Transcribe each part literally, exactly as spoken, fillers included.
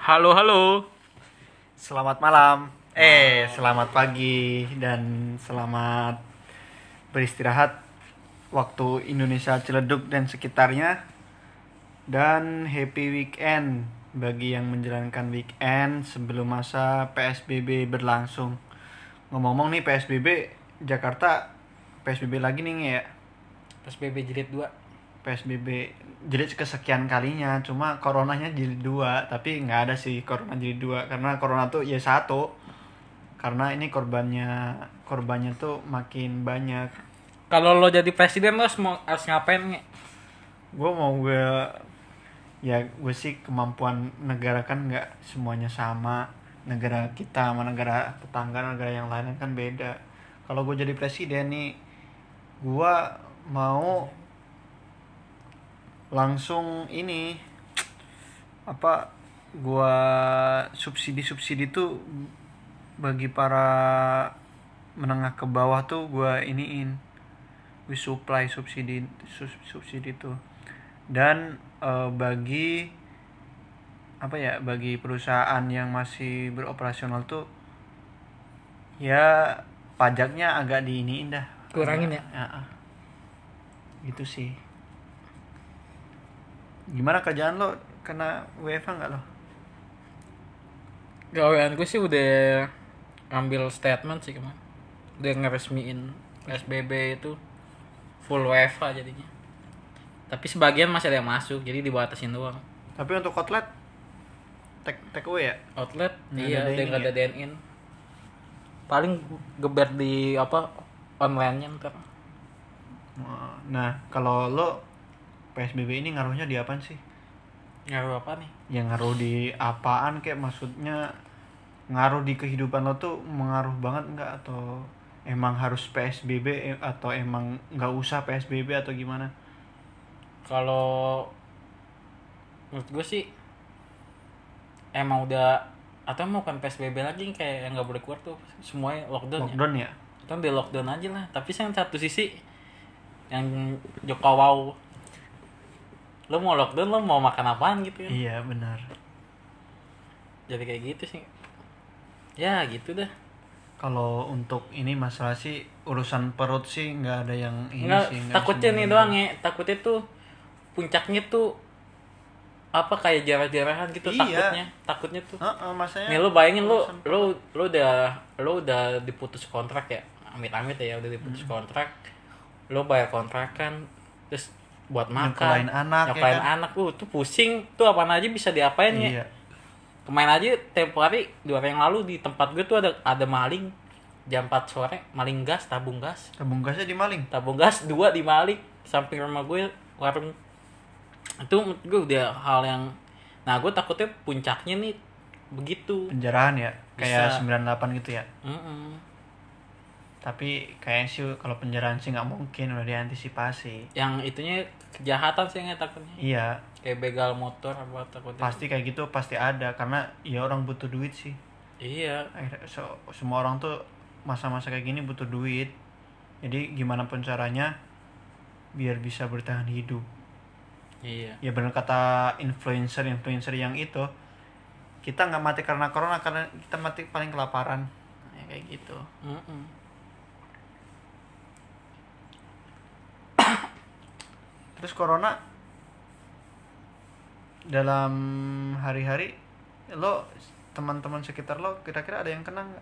Halo, halo. Selamat malam, eh selamat pagi dan selamat beristirahat waktu Indonesia Ciledug dan sekitarnya. Dan happy weekend bagi yang menjalankan weekend sebelum masa P S B B berlangsung. Ngomong-ngomong nih P S B B Jakarta P S B B lagi nih ya. P S B B jilid dua. P S B B jilid kesekian kalinya, cuma coronanya jilid dua, tapi nggak ada sih corona jilid dua karena corona tuh ya satu, karena ini korbannya korbannya tuh makin banyak. Kalau lo jadi presiden lo harus, mau, harus ngapain nge? Gue mau gue ya gue sih kemampuan negara kan nggak semuanya sama, negara kita sama negara tetangga negara yang lain kan beda. Kalau gue jadi presiden nih, gue mau langsung ini apa gua subsidi-subsidi tuh bagi para menengah ke bawah tuh gua iniin, gue supply subsidi subsidi tuh. Dan e, bagi apa ya bagi perusahaan yang masih beroperasional tuh ya pajaknya agak diiniin dah, Kurangin ya? ya, ya gitu sih. Gimana kerjaan lo? Kena W F H nggak lo? Gawean gue sih udah ngambil statement sih kemarin. Udah ngeresmiin P S B B itu full W F H jadinya. Tapi sebagian masih ada yang masuk, jadi dibatasin doang. Tapi untuk outlet take take away ya? Outlet Nggak iya ada udah nggak ada D N in. Paling geber di apa online-nya ntar. Nah kalau lo P S B B ini ngaruhnya di apaan sih? Ngaruh apa nih? Ya ngaruh di apaan, kayak maksudnya ngaruh di kehidupan lo tuh mengaruh banget nggak, atau emang harus P S B B atau emang nggak usah P S B B atau gimana? Kalau menurut gue sih emang udah, atau mau kan P S B B lagi kayak yang nggak boleh keluar tuh semuanya lockdown, lockdown ya? Kan di lockdown aja lah. Tapi yang satu sisi yang Jokowi, lo mau lockdown lo mau makan apaan gitu kan? Iya benar. Jadi kayak gitu sih. Ya gitu dah. Kalau untuk ini masalah sih urusan perut sih nggak ada yang ini Nggak, sih. Nggak takutnya nih semuanya. doang ya. Takutnya tuh puncaknya tuh apa kayak jarah-jarahan gitu. Iya. Takutnya, takutnya tuh. Uh-uh, masanya. Nih lo bayangin lo urusan lo lo udah lo udah diputus kontrak ya. Amit-amit ya udah diputus hmm. kontrak. Lo bayar kontrakan terus buat makan, nyokolain anak, nyokolain ya kan? anak, uh, tuh pusing, tuh apaan aja bisa diapain iya. Ya. Kemarin aja tempo hari dua hari yang lalu di tempat gue tuh ada ada maling jam empat sore, maling gas, tabung gas. Tabung gasnya dimaling. Tabung gas dua di maling samping rumah gue warung. Itu menurut gue udah hal yang, nah gue takutnya puncaknya nih begitu. Penjarahan ya, kayak Bisa. sembilan puluh delapan gitu ya. Mm-mm. Tapi kayaknya sih kalau penjarahan sih nggak mungkin, udah diantisipasi. Yang itunya kejahatan sih nggak takutnya. Iya. Kayak begal motor apa takutnya. Pasti kayak gitu pasti ada, karena ya orang butuh duit sih. Iya. So, semua orang tuh masa-masa kayak gini butuh duit. Jadi gimana pun caranya biar bisa bertahan hidup. Iya. Ya benar kata influencer-influencer yang itu, kita nggak mati karena corona, karena kita mati paling kelaparan. Ya, kayak gitu. Mm-mm. Terus corona dalam hari-hari lo, teman-teman sekitar lo kira-kira ada yang kena nggak?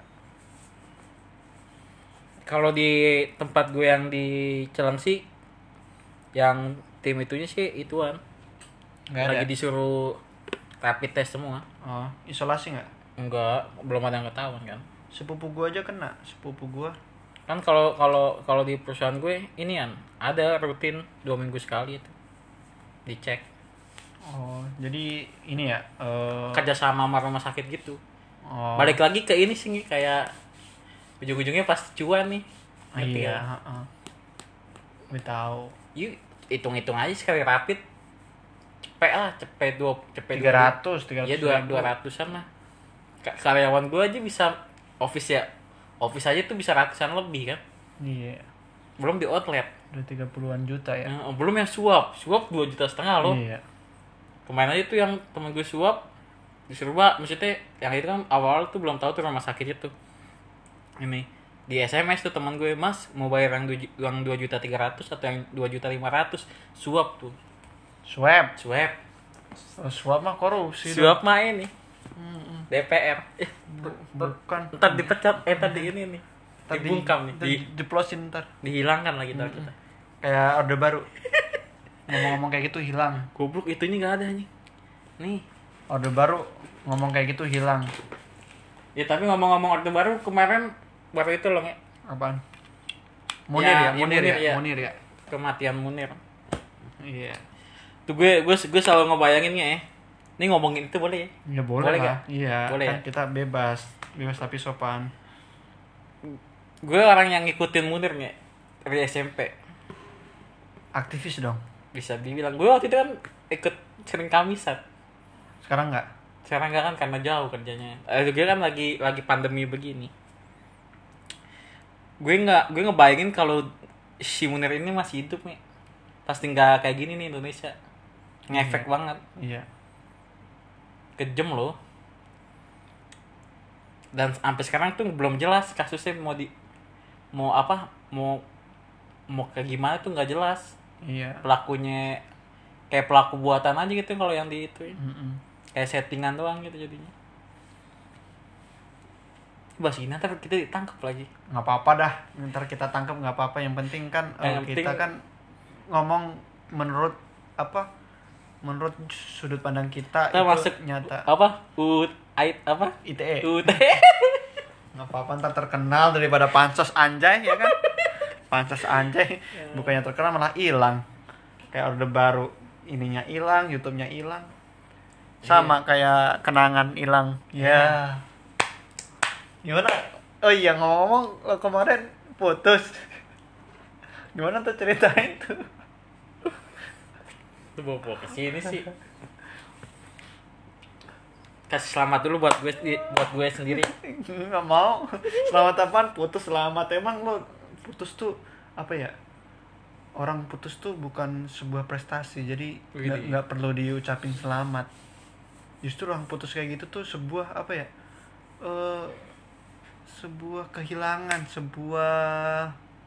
Kalau di tempat gue yang di Cilengsi, yang tim itunya sih ituan Nggak lagi ada. disuruh rapid test semua. Oh, isolasi nggak? Enggak, belum ada yang ketahuan kan. Sepupu gua aja kena, sepupu gua. Kan kalau kalau kalau di perusahaan gue ini kan ada rutin dua minggu sekali itu dicek. Oh, jadi ini ya uh... kerjasama sama rumah sakit gitu. Oh. Balik lagi ke ini sih kayak ujung-ujungnya pasti cuan nih. Oh, iya, heeh. Gue tahu. Yuk hitung-hitung aja sekali rapid cepet lah, cepet dua cepet tiga ratus tiga ratus iya dua dua ratusan lah. Karyawan gue aja bisa office ya, office aja tuh bisa ratusan lebih kan. Iya. Belum di outlet. Udah tiga puluhan juta ya. Nah, belum yang suap, suap dua juta setengah loh. Iya. Kemarin aja tuh yang temen gue suap disuruh Mbak, maksudnya yang itu kan awal tuh belum tahu tuh rumah sakit itu ini di S M S tuh teman gue, Mas mau bayar yang dua, yang dua juta tiga ratus atau yang dua juta lima ratus, suap tuh, Swab. swab Oh, swab mah korupsi. suap mah ini Hmm, D P R eh, bukan. ntar dipecat eh ntar di ini nih Ntar di- dibungkam nih ntar di, diplosin ntar. dihilangkan lagi ntar kita Kayak orde baru. Ngomong-ngomong kayak gitu hilang. goblok itunya nggak ada nih nih Orde baru ngomong kayak gitu hilang. ya. Tapi ngomong-ngomong orde baru kemarin baru itu loh Nge. Apaan? Munir Ya, ya, iya, Munir, Munir, ya, ya. Munir ya. Kematian Munir Iya. tuh gue gue gue selalu ngebayanginnya ya, ini ngomongin itu boleh ya? Ya boleh, Boleh lah. nggak? Iya. Boleh Kan ya? kita bebas, bebas tapi sopan. Gue orang yang ngikutin Munir nih dari S M P, Aktivis dong. bisa dibilang gue waktu itu kan ikut sering kamisan. Sekarang nggak? Sekarang enggak kan karena jauh kerjanya. Eh, gue kan lagi lagi pandemi begini. Gue nggak gue ngebayangin kalau si Munir ini masih hidup nih, pasti nggak kayak gini nih Indonesia, ngefek Iya. banget, Iya. kejam loh. Dan sampai sekarang tuh belum jelas kasusnya mau di mau apa mau mau kayak gimana tuh nggak jelas. Iya. Pelakunya kayak pelaku buatan aja gitu kalau yang di itu ya. Mm-mm. Kayak settingan doang gitu jadinya. Bahas ini ntar kita ditangkap lagi. Nggak apa-apa dah. Ntar kita tangkap nggak apa-apa. Yang penting kan eh, Yang kita penting- kan ngomong menurut apa? Menurut sudut pandang kita Kita itu masuk nyata. apa? Ut ait apa? I T E. Ut. Nggak apa-apa ntar terkenal daripada pansos anjay ya kan? Pansos anjay bukannya terkenal malah hilang. Kayak orde baru ininya hilang, YouTube-nya hilang. Sama kayak kenangan hilang. Ya. Gimana? Oh iya ngomong-ngomong lo kemarin putus. Gimana tuh ceritain tuh? Lu bawa ke sini sih. Kasih selamat dulu buat gue buat gue sendiri. Nggak mau. Selamat apaan? Putus selamat. Emang lo putus tuh apa ya? Orang putus tuh bukan sebuah prestasi. Jadi nggak Widih. nggak perlu diucapin selamat. Justru orang putus kayak gitu tuh sebuah apa ya? Eh sebuah kehilangan, sebuah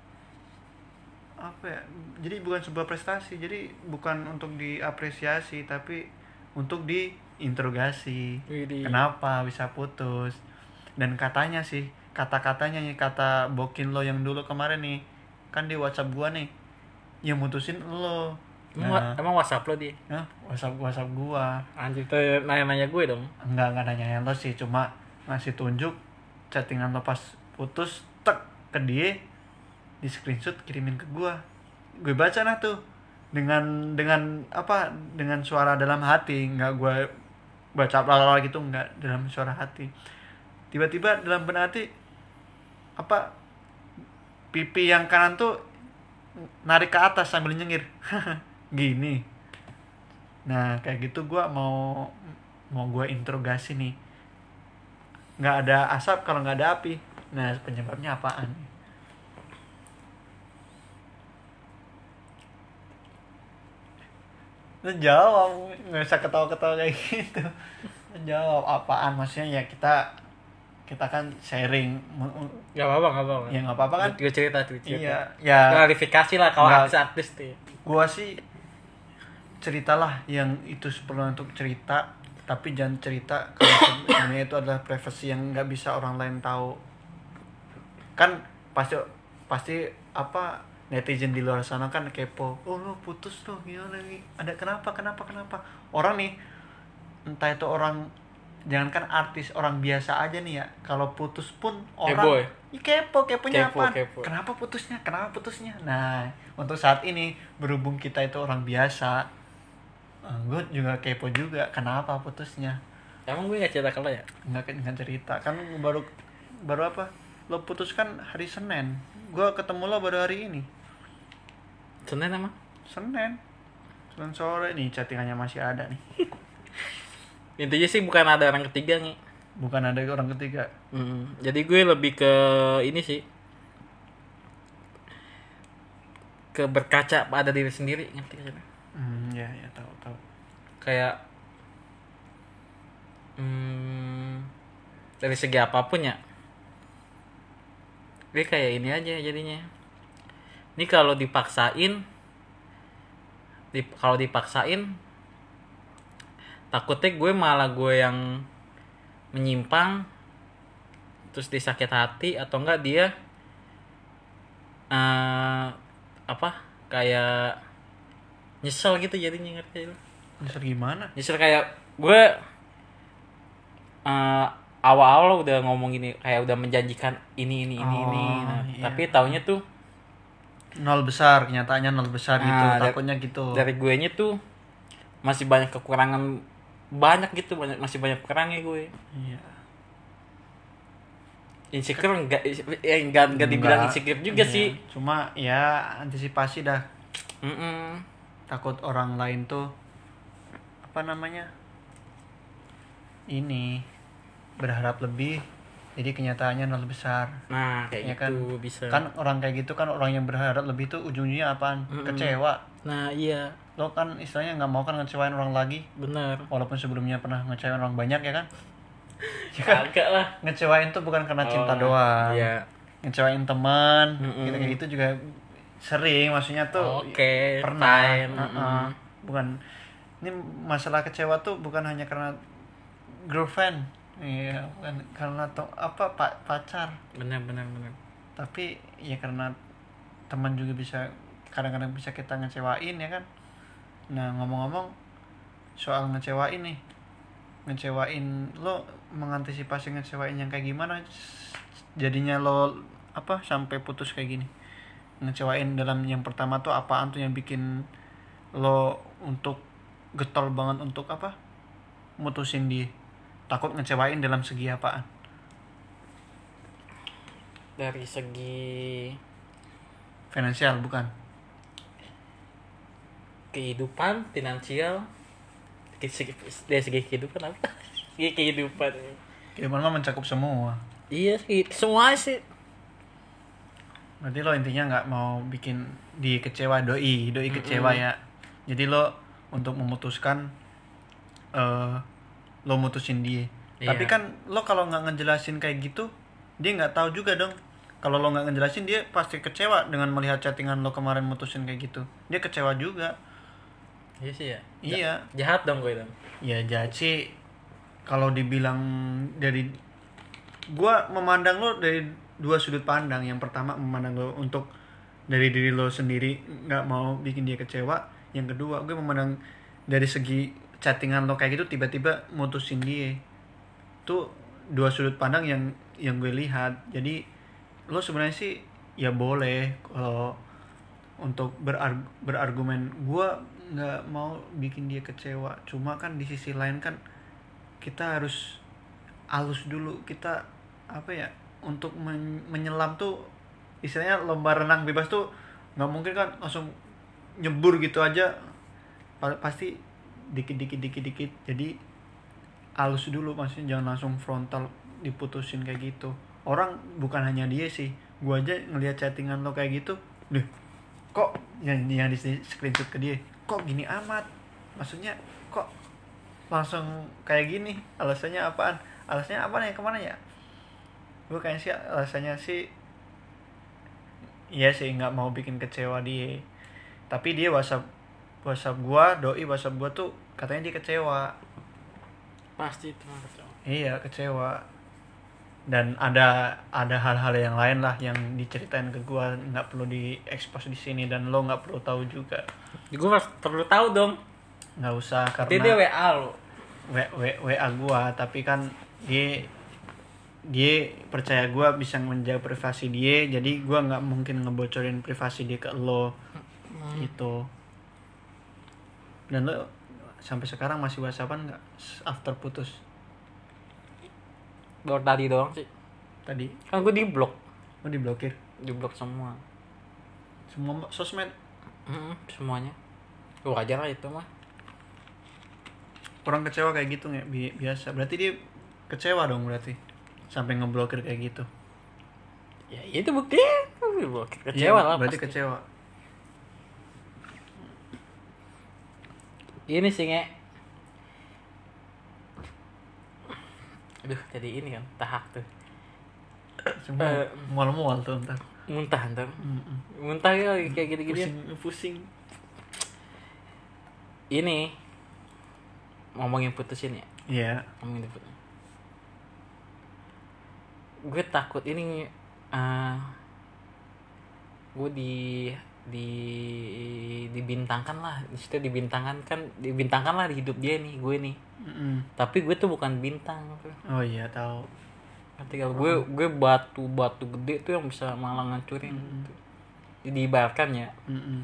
apa ya? Jadi bukan sebuah prestasi. Jadi bukan untuk diapresiasi tapi untuk diinterogasi. Widih. Kenapa bisa putus? Dan katanya sih, kata-katanya nih, kata Bokin lo yang dulu kemarin nih, kan di WhatsApp gua nih, yang mutusin lo. Emang, Nah, emang WhatsApp lo dia? nah, WhatsApp WhatsApp gua. Anjir tuh nanya-nanya gue dong. Enggak enggak nanyain lo sih, cuma ngasih tunjuk chattingan lo pas putus, tek ke dia, di screenshot kirimin ke gua. Gue baca nah tuh dengan dengan apa? Dengan suara dalam hati, nggak gua baca bla gitu, nggak, dalam suara hati. Tiba-tiba dalam benak hati apa? Pipi yang kanan tuh narik ke atas sambil nyengir. Gini. Nah, kayak gitu gua mau mau gua interogasi nih. Nggak ada asap kalau nggak ada api. Nah, penyebabnya apaan? Lu jawab, nggak usah ketawa-ketawa kayak gitu. Lu jawab apaan? Maksudnya ya kita kita kan sharing. Gak apa-apa, gak apa-apa. Ya nggak apa-apa kan? Gue cerita, gue cerita. Iya, ya. Klarifikasi lah kalau Nggak- artis-artis tuh ya. Gua sih ceritalah yang itu perlu untuk cerita, tapi jangan cerita kalau sebenarnya itu adalah privasi yang nggak bisa orang lain tahu. Kan pasti pasti apa, netizen di luar sana kan kepo. Oh lo putus tuh gimana nih? Ada kenapa kenapa kenapa? Orang nih, entah itu orang, jangankan artis, orang biasa aja nih ya, kalau putus pun orang Kepo ya? Ih, kepo, keponya Kepo, apa? kepo. Kenapa putusnya? Kenapa putusnya? Nah, untuk saat ini berhubung kita itu orang biasa, gue juga kepo juga kenapa putusnya. Emang gue gak cerita ke lo ya? Nggak nggak cerita kan, baru baru apa? Lo putus kan hari Senin. Gue ketemu lo baru hari ini. Senin emang? Senin. Senin sore nih, chattingannya masih ada nih. Intinya sih bukan ada orang ketiga nih. Bukan ada orang ketiga. Mm, jadi gue lebih ke ini sih, ke berkaca pada diri sendiri, ngerti gak sih? Hmm, ya ya tahu tahu. Kayak Hmm, dari segi apapun ya. Dia kayak ini aja jadinya. Ini kalau dipaksain, dip, kalau dipaksain, takutnya gue malah gue yang menyimpang, terus disakit hati atau enggak dia uh, apa kayak nyesel gitu jadinya, ngerti lu? Nyesel gimana? Nyesel kayak gue uh, awal-awal udah ngomong gini, kayak udah menjanjikan ini ini ini Oh, ini, nah, iya. tapi taunya tuh Nol besar, kenyataannya nol besar gitu. nah, Takutnya gitu. Dari gue nya tuh masih banyak kekurangan, banyak gitu, banyak masih banyak kurangnya gue. Iya. Insecure enggak, ya enggak enggak dibilang insecure juga iya. sih. Cuma ya antisipasi dah. Mm-mm. Takut orang lain tuh apa namanya? Ini berharap lebih, jadi kenyataannya nol besar. Nah, kayak Ya gitu kan? bisa. Kan orang kayak gitu kan orang yang berharap lebih tuh ujungnya apaan? Mm-mm. Kecewa. Nah, iya. Lo kan istilahnya nggak mau kan ngecewain orang lagi, Bener. walaupun sebelumnya pernah ngecewain orang banyak ya kan? Agak lah. Ngecewain tuh bukan karena cinta Oh, doang. Iya. Ngecewain teman, Mm-mm. gitu kayak gitu juga sering, maksudnya tuh Oke, pernah. fine. Uh-uh. Mm-mm. Bukan, ini masalah kecewa tuh bukan hanya karena girlfriend, iya, bukan karena to, apa pa, pacar, Bener bener bener. tapi ya karena teman juga bisa, kadang-kadang bisa kita ngecewain ya kan. Nah, ngomong-ngomong soal ngecewain nih, ngecewain, lo mengantisipasi ngecewain yang kayak gimana jadinya lo apa sampai putus kayak gini? Ngecewain dalam yang pertama tuh apaan tuh yang bikin lo untuk getol banget untuk apa mutusin dia? Takut ngecewain dalam segi apaan? Dari segi Finansial bukan? kehidupan, finansial, dari segi, dari segi kehidupan apa? Segi kehidupan. Kehidupan mah mencakup semua. Iya sih, semua sih. Berarti lo intinya nggak mau bikin dia kecewa, doi, doi kecewa ya. Jadi lo untuk memutuskan, uh, lo mutusin dia. Iya. Tapi kan lo kalau nggak ngejelasin kayak gitu, dia nggak tahu juga dong. Kalau lo nggak ngejelasin, dia pasti kecewa dengan melihat chattingan lo kemarin mutusin kayak gitu. Dia kecewa juga. Iya sih ya. Iya. Jahat dong gue itu. Ya jahat sih. Kalau dibilang dari, gua memandang lo dari dua sudut pandang. Yang pertama memandang lo untuk dari diri lo sendiri, nggak mau bikin dia kecewa. Yang kedua, gue memandang dari segi chattingan lo kayak gitu, tiba-tiba mutusin dia. Itu dua sudut pandang yang yang gue lihat. Jadi lo sebenarnya sih ya boleh kalau untuk berarg- berargumen, gue nggak mau bikin dia kecewa. Cuma kan di sisi lain kan kita harus halus dulu, kita apa ya, untuk men- menyelam tuh istilahnya lomba renang bebas tuh nggak mungkin kan langsung nyebur gitu aja, pasti dikit dikit dikit dikit. Jadi halus dulu, maksudnya jangan langsung frontal diputusin kayak gitu. Orang bukan hanya dia sih, gua aja ngelihat chattingan lo kayak gitu, deh kok yang yang di screenshot ke dia, kok gini amat, maksudnya kok langsung kayak gini, alasannya apaan? Alasannya apa nih, kemana ya? Gue kayaknya sih alasannya sih iya sih nggak mau bikin kecewa dia. Tapi dia WhatsApp WhatsApp gua, doi WhatsApp gua tuh katanya dia kecewa. Pasti itu kecewa. Iya kecewa. Dan ada ada hal-hal yang lain lah yang diceritain ke gua, nggak perlu diekspos di sini dan lo nggak perlu tahu juga. Gue perlu tahu dong. Nggak usah, karena Jadi dia W A lo. W, W, WA gua, tapi kan dia dia percaya gua bisa menjaga privasi dia, jadi gua nggak mungkin ngebocorin privasi dia ke lo hmm. gitu. Dan lo sampai sekarang masih WhatsAppan nggak after putus? Baru tadi doang sih. Tadi kan gue di blok. Oh, diblokir? Di blok semua. Semua sosmed? Mm-hmm, semuanya. Wajar lah itu mah. Orang kecewa kayak gitu nggak? Bi- biasa. Berarti dia kecewa dong berarti sampai ngeblokir kayak gitu. Ya itu bukti. Kecewa iya, lah. Berarti pasti. kecewa. Ini sih nge. Duh, jadi ini kan tahak tuh. Semua Eh, mual-mual tuh ntar. Muntah ntar. Mm-mm. Muntah ya kayak gitu-gitu. Pusing, pusing. Ini ngomongin putusin ya. Iya. Ngomongin putusin. Gue takut ini uh, gue di di dibintangkan lah, di situ dibintangkan kan dibintangkan lah di hidup dia nih, gue nih. Mm-mm. Tapi gue tuh bukan bintang. Oh iya tahu. Ketika gue gue batu batu gede tuh yang bisa malah ngancurin. Mm-mm. Gitu. Jadi ibaratkan ya. Mm-mm.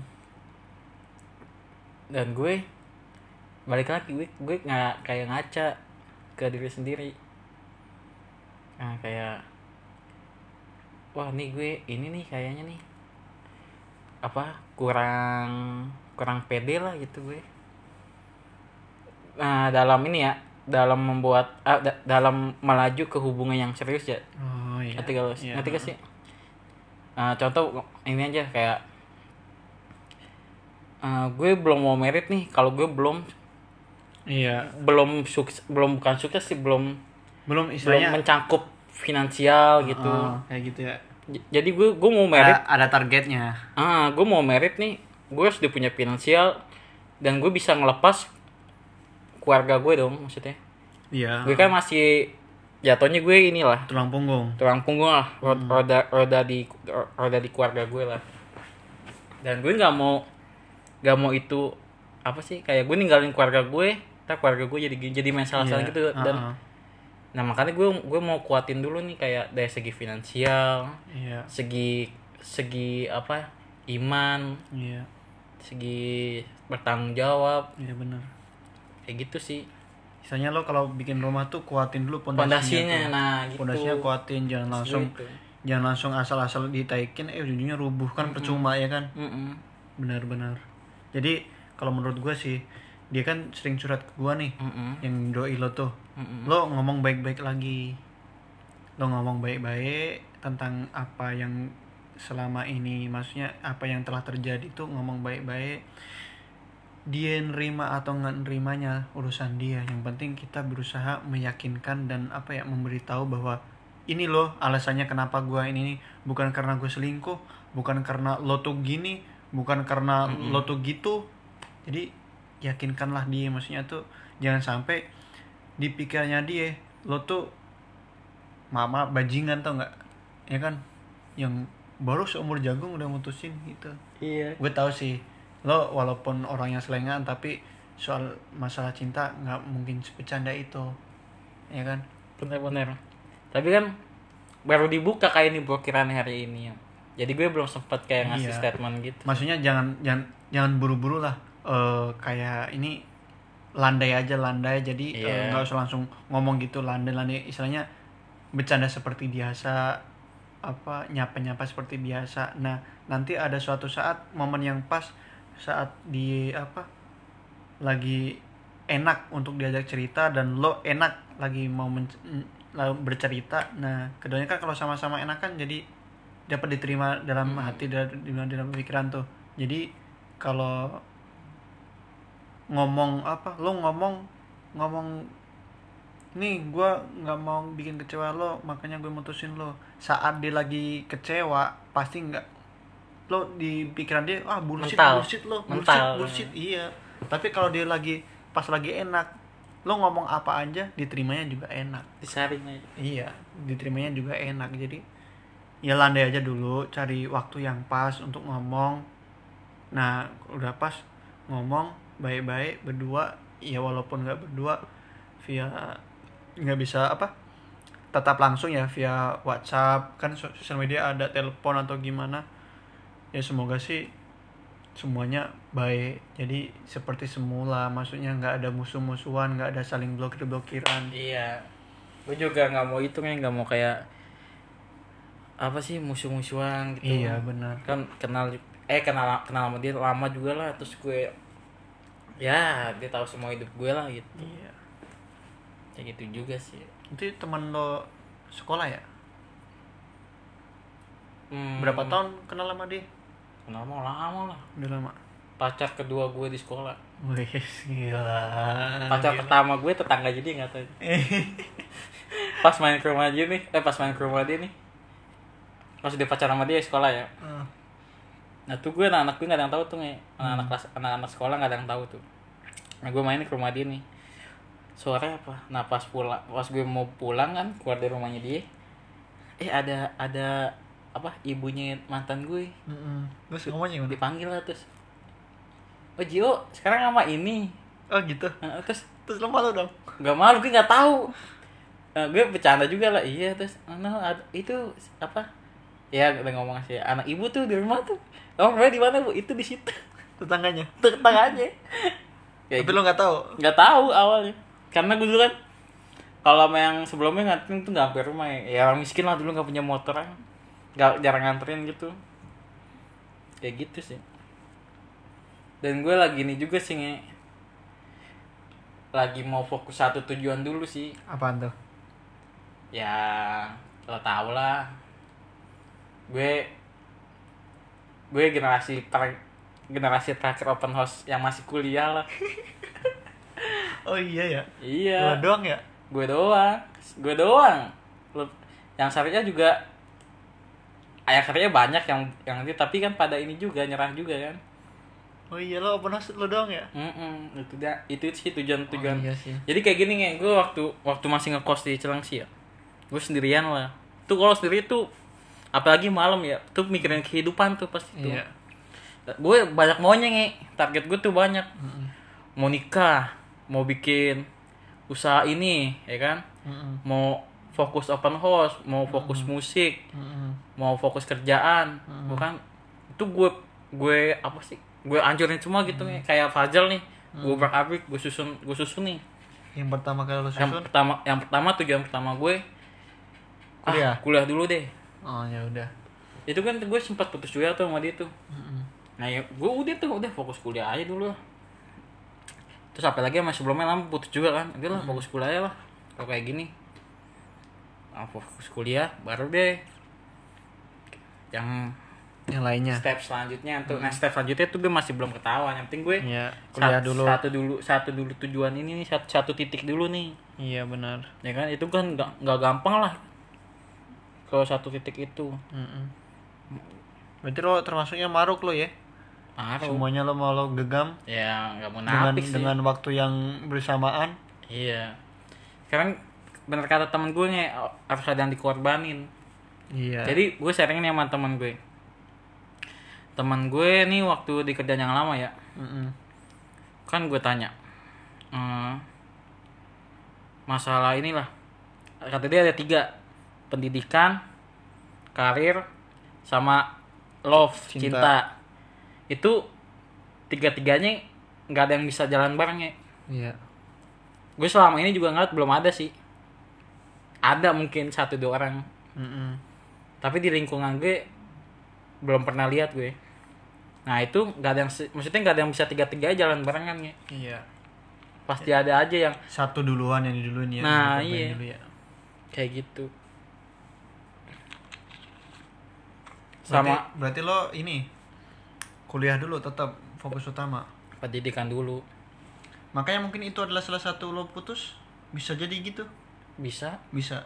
Dan gue balik lagi gue gue nggak kayak ngaca ke diri sendiri. Nah kayak wah nih gue ini nih kayaknya nih apa kurang kurang pede lah gitu gue. Nah dalam ini ya dalam membuat ah, da- dalam melaju ke hubungan yang serius ya. Oh iya. Ngerti gak, Iya. ngerti gak sih? Nah, contoh ini aja kayak uh, gue belum mau merit nih kalau gue belum Iya. belum sukses belum bukan sukses sih belum Belum belum istilahnya mencakup finansial gitu. Oh, kayak gitu ya. J- Jadi gue gue mau merit, Ada, ada targetnya. ah gue mau merit nih, gue harus udah punya finansial dan gue bisa ngelepas keluarga gue dong maksudnya. Iya. Gue kan masih jatuhnya gue inilah Tulang punggung. tulang punggung lah, ro- roda roda di roda di keluarga gue lah. Dan gue nggak mau nggak mau itu apa sih kayak gue ninggalin keluarga gue, tak keluarga gue jadi jadi masalah-masalah Iya. gitu dan Uh-uh. nah makanya gue gue mau kuatin dulu nih kayak dari segi finansial, Iya. segi segi apa iman, Iya. segi bertanggung jawab Iya benar. kayak gitu sih Misalnya lo kalau bikin rumah tuh kuatin dulu pondasinya. pondasinya. tuh. Nah gitu Pondasinya kuatin, jangan langsung Gitu. jangan langsung asal-asal ditaikin eh ujungnya rubuh kan percuma ya kan. Mm-mm. Benar-benar. Jadi kalau menurut gue sih dia kan sering curhat ke gue nih Mm-mm. yang doi lo tuh. Mm-mm. Lo ngomong baik-baik lagi. Lo ngomong baik-baik tentang apa yang selama ini, maksudnya apa yang telah terjadi tuh ngomong baik-baik. Dia nerima atau nggak nerimanya urusan dia. Yang penting kita berusaha meyakinkan dan apa ya memberitahu bahwa ini loh alasannya kenapa gue ini nih. Bukan karena gue selingkuh, bukan karena lo tuh gini, bukan karena Mm-mm. lo tuh gitu. Jadi yakinkanlah dia, maksudnya tuh jangan sampai di pikirannya dia lo tuh mama bajingan tau nggak ya kan, yang baru seumur jagung udah mutusin gitu. Iya. Gue tahu sih lo walaupun orangnya selengean tapi soal masalah cinta nggak mungkin sebecanda itu ya kan. Bener-bener. Tapi kan baru dibuka kayak ini blokiran hari ini ya. Jadi gue belum sempet kayak ngasih Iya. statement gitu. Maksudnya jangan jangan jangan buru-buru lah. Eh, kayak ini landai aja landai jadi eh, Iya. nggak usah langsung ngomong gitu landai-landai, istilahnya bercanda seperti biasa, apa nyapa-nyapa seperti biasa. Nah nanti ada suatu saat momen yang pas saat di apa lagi enak untuk diajak cerita dan lo enak lagi mau men- lalu bercerita. Nah keduanya kan kalau sama-sama enak kan jadi dapat diterima dalam Hmm. hati dan dalam, dalam pikiran tuh. Jadi kalau ngomong apa lo ngomong ngomong nih gue nggak mau bikin kecewa lo makanya gue mutusin lo, saat dia lagi kecewa pasti nggak lo di pikiran dia ah bullshit Mental. bullshit lo bullshit Mental. bullshit iya. Tapi kalau dia lagi pas lagi enak lo ngomong apa aja diterimanya juga enak. Disaring aja. Iya, diterimanya juga enak. Jadi ya landai aja dulu, cari waktu yang pas untuk ngomong. Nah, udah pas ngomong baik-baik berdua, ya walaupun nggak berdua via nggak bisa apa tetap langsung ya via WhatsApp kan, sosial media ada telepon atau gimana. Ya semoga sih semuanya baik, jadi seperti semula, maksudnya nggak ada musuh-musuhan, nggak ada saling blokir-blokiran. Iya. Gue juga nggak mau itu kan, nggak mau kayak apa sih musuh-musuhan gitu. Iya benar. Kan kenal eh kenal kenal sama dia lama juga lah, terus gue ya dia tahu semua hidup gue lah gitu. Iya. Kayak gitu juga sih. Itu teman lo sekolah ya? Hmm, Berapa tahun kenal sama dia? kenal mau lama lah. Udah lama. Pacar kedua gue di sekolah. Wih, gila. Pacar Gila. pertama gue tetangga jadi nggak tahu. pas main ke rumah dia nih eh pas main ke rumah dia nih pas dia pacaran sama dia sekolah ya. Hmm. Nah tuh gue anak-anak gue nggak ada yang tahu tuh nih, anak-anak kelas anak-anak sekolah nggak ada yang tahu tuh. Nah gue main ke rumah dia nih, sore apa, nah pas pulang pas gue mau pulang kan keluar dari rumahnya dia, eh ada ada apa ibunya mantan gue. Mm-mm. Terus ngomongnya gimana? Dipanggil lah terus, oh Jio sekarang sama ini. Oh gitu. Nah, terus Terus lo malu dong? nggak malu, gue nggak tahu. Nah, gue bercanda juga lah, iya terus nah, itu apa ya udah ngomong sih anak ibu tuh di rumah tuh. Oh, di mana bu? Itu di situ. Tetangganya. Tetangganya. Ya, Tapi lo nggak tahu. nggak tahu awalnya. Karena gue dulu kan kalau sama yang sebelumnya nganterin tuh nggak sampai rumah ya. Ya orang miskin lah dulu nggak punya motor kan. Nggak jarang nganterin gitu. Kayak gitu sih. Dan gue lagi ini juga sih nge. Lagi mau fokus satu tujuan dulu sih. Apaan tuh? Ya lo tau lah. Gue gue generasi ter generasi terakhir open house yang masih kuliah lah. Oh iya ya. Iya. Lo doang ya? Gue doang. Gue doang. Lu- Yang syariah juga ayah syariah banyak yang yang itu tapi kan pada ini juga nyerah juga kan. Oh iya lo open house lo doang ya? Mm itu dia itu sih tujuan-tujuan. Oh, iya sih. Jadi kayak gini nih, gue waktu waktu masih ngekos di Cilengsi ya. Gue sendirian lah. Tuh kalau sendiri tuh apalagi malam ya, tuh mikirin kehidupan tuh pasti tuh. Iya. Gue banyak maunya nih, target gue tuh banyak. Mm-mm. Mau nikah, mau bikin usaha ini, ya kan? Mm-mm. Mau fokus open house, mau fokus musik, Mm-mm. mau fokus kerjaan, bukan? Itu gue gue apa sih? Gue anjurin semua gitu nih, kayak Fajal nih, gue berakabrik, gue susun, gue susun nih. Yang pertama kali lo Yang susun? pertama, yang pertama tujuan pertama gue Kuliah? ah, kuliah dulu deh. Oh ya udah. Itu kan gue sempat putus juga tuh sama dia tuh. Mm-mm. Nah ya gue udah tuh udah fokus kuliah aja dulu lah. Terus apa lagi sama sebelumnya lama putus juga kan, udah lah fokus kuliah aja lah. Kalau kayak gini, nah, fokus kuliah baru deh yang Yang lainnya. step selanjutnya tuh. Nah step selanjutnya tuh gue masih belum ketahuan. Yang penting gue Iya, kuliah satu, dulu. satu dulu satu dulu tujuan ini nih, satu, satu titik dulu nih. Iya benar. Ya kan itu kan nggak nggak gampang lah kalau satu titik itu. Mm-mm. Berarti lo termasuknya maruk lo ya? Maruk. Semuanya lo mau lo gegam Ya nggak mau dengan napik sih. dengan waktu yang bersamaan. Iya. Sekarang bener kata temen gue nih harus ada yang dikorbanin. Iya. Jadi gue sharing nih sama temen gue. Temen gue nih waktu di kerjaan yang lama ya, Mm-mm. kan gue tanya ehm, masalah inilah. Kata dia ada tiga, pendidikan, karir, sama love, Cinta. cinta. Itu tiga-tiganya nggak ada yang bisa jalan bareng ya. Iya. Gue selama ini juga ngeliat belum ada sih. Ada mungkin satu dua orang, Mm-mm. tapi di lingkungan gue belum pernah lihat gue. Nah itu nggak ada yang, maksudnya nggak ada yang bisa tiga-tiga jalan barengan ya. Iya. Pasti ada aja yang Satu duluan yang duluan ya. Nah, yang dikorbanin iya. dulu ya. kayak gitu. Berarti, Sama berarti lo ini kuliah dulu tetap fokus utama. pendidikan dulu Makanya mungkin itu adalah salah satu lo putus. Bisa jadi gitu. bisa Bisa.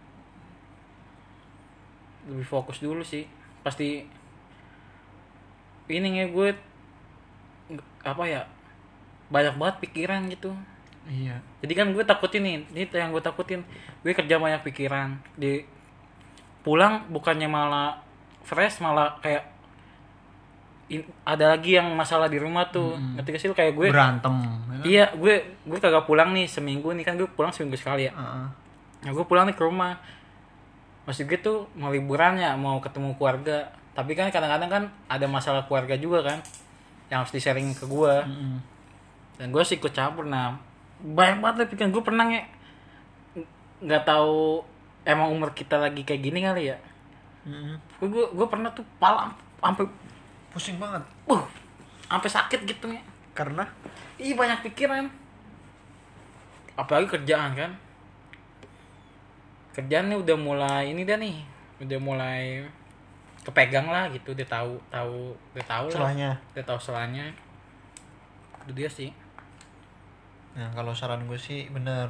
lebih fokus dulu sih. Pasti ini ya gue apa ya banyak banget pikiran gitu. Iya. Jadi kan gue takutin nih, ini yang gue takutin, gue kerja banyak pikiran, di pulang bukannya malah fresh, malah kayak in, ada lagi yang masalah di rumah tuh, Mm-mm. ngerti gak sih lu? Kayak gue, Berantem. Ya kan? iya gue gue kagak pulang nih seminggu nih kan, gue pulang seminggu sekali ya, Uh-uh. nah gue pulang nih ke rumah, maksud gue tuh mau liburan ya, mau ketemu keluarga, tapi kan kadang-kadang kan ada masalah keluarga juga kan, yang harus di-sharing ke gue, Mm-mm. dan gue sih ikut campur. Nah banyak banget lah pikiran gue, pernah nggak nggak tahu emang umur kita lagi kayak gini kali ya. Mm-mm. gue gue pernah tuh pala sampai Pusing banget. uh sampai sakit gitu ya, Karena ih banyak pikiran, apalagi kerjaan kan. Kerjaan nih udah mulai ini dah nih, udah mulai kepegang lah gitu, dia tahu tahu dia tahu lah, celahnya. dia tahu celahnya. Itu dia sih. Nah kalau saran gue sih bener,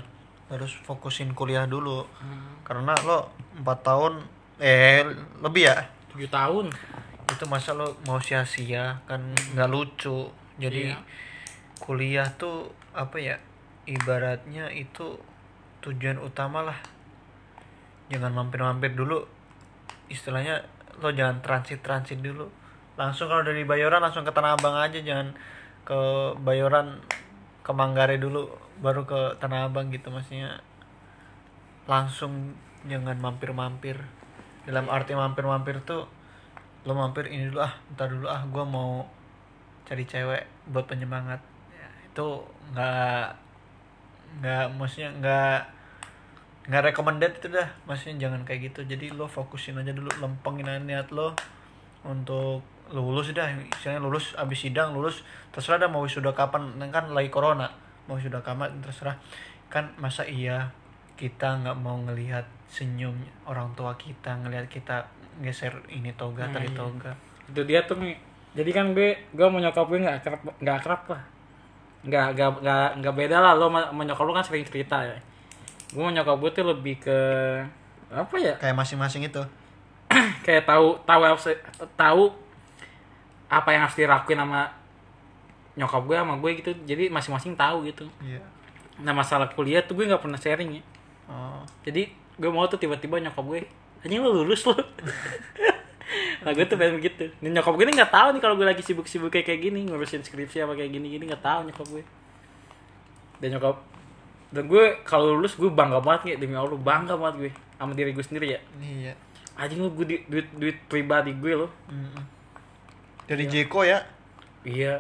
harus fokusin kuliah dulu. Hmm. Karena lo empat tahun eh lebih ya, tujuh tahun itu masa lo mau sia-sia kan, nggak lucu. Jadi Iya. kuliah tuh apa ya, ibaratnya itu tujuan utama lah, jangan mampir-mampir dulu, istilahnya lo jangan transit-transit dulu, langsung kalau dari Bayoran langsung ke Tanah Abang aja, jangan ke Bayoran ke Manggarai dulu baru ke Tanah Abang gitu, maksudnya langsung jangan mampir-mampir. Dalam arti mampir-mampir tuh lo mampir ini dulu ah, ntar dulu ah gue mau cari cewek buat penyemangat ya, itu nggak nggak maksudnya nggak nggak recommended itu dah, maksudnya jangan kayak gitu. Jadi lo fokusin aja dulu, lempengin aja niat lo untuk lulus dah, misalnya lulus abis sidang lulus, terserah dah mau wisuda kapan, kan lagi corona, mau wisuda kapan terserah kan. Masa iya kita nggak mau ngelihat senyum orang tua kita, ngelihat kita geser ini toga Nah, tali iya. toga. Itu dia tuh nih. Jadi kan gue gue mau nyokap gue nggak akrab nggak akrab lah. Nggak nggak nggak nggak beda lah, lo sama sama nyokap lo kan sering cerita ya. Gue sama nyokap gue tuh lebih ke apa ya? Kayak masing-masing itu. Kayak tahu tahu apa- tahu apa yang harus dilakuin sama nyokap gue sama gue gitu. Jadi masing-masing tahu gitu. Iya. Nah masalah kuliah tuh gue nggak pernah sharing ya. Oh. Jadi gue mau tuh tiba-tiba nyokap gue, anjing lo lulus lo. Nah gue tuh pengen begitu. Dan nyokap gue ini nggak tahu nih kalau gue lagi sibuk-sibuk kayak kayak gini, ngurusin skripsi apa kayak gini-gini, nggak tahu nyokap gue. Dan nyokap dan gue kalau lulus gue bangga banget nih, demi Allah bangga banget gue sama diri gue sendiri ya. Iya. Anjing lo gue duit, duit duit pribadi gue lo. Mm-mm. Dari Jeko ya. Iya.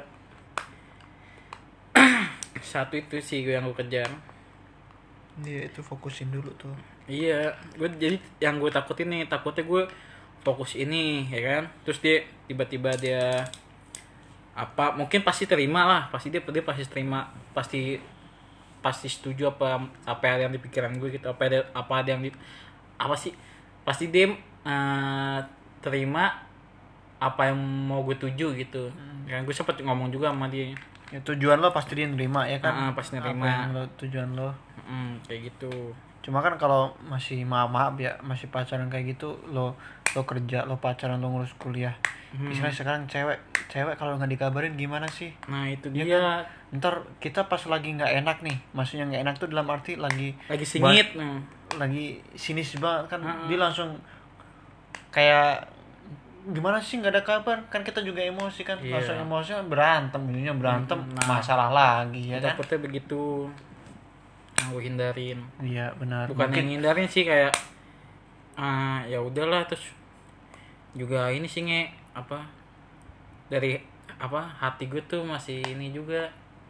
Satu itu sih gue yang gue kejar. Iya, itu fokusin dulu tuh. Iya, gue jadi yang gue takutin nih, takutnya gue fokus ini ya kan, terus dia tiba-tiba dia apa, mungkin pasti terima lah, pasti dia dia pasti terima, pasti pasti setuju apa apa yang di pikiran gue gitu, apa ada apa ada yang di apa sih, pasti dia eh, terima apa yang mau gue tuju gitu. Hmm. Kan gue sempet ngomong juga sama dia. Ya tujuan lo pasti dia nerima ya kan. Ah, ah, pasti nerima. Apa yang lo, tujuan lo. Hmm, kayak gitu. Cuma kan kalau masih maaf-maaf ya, masih pacaran kayak gitu, lo lo kerja, lo pacaran, lo ngurus kuliah. Hmm. Misalnya sekarang cewek, cewek kalau nggak dikabarin gimana sih? Nah itu Ya dia kan? Ntar kita pas lagi nggak enak nih, maksudnya nggak enak tuh dalam arti lagi lagi singit. ba- Nah. lagi sinis banget kan, Uh-uh. dia langsung kayak gimana sih nggak ada kabar, kan kita juga emosi kan, Iya. langsung emosi berantem, ininya berantem, Nah. masalah lagi ya kan. Takutnya begitu, yang gue hindarin. Iya benar. Bukan Mungkin yang hindarin sih, kayak ah ya udahlah. Terus juga ini sih nge apa, dari apa hati gue tuh masih ini juga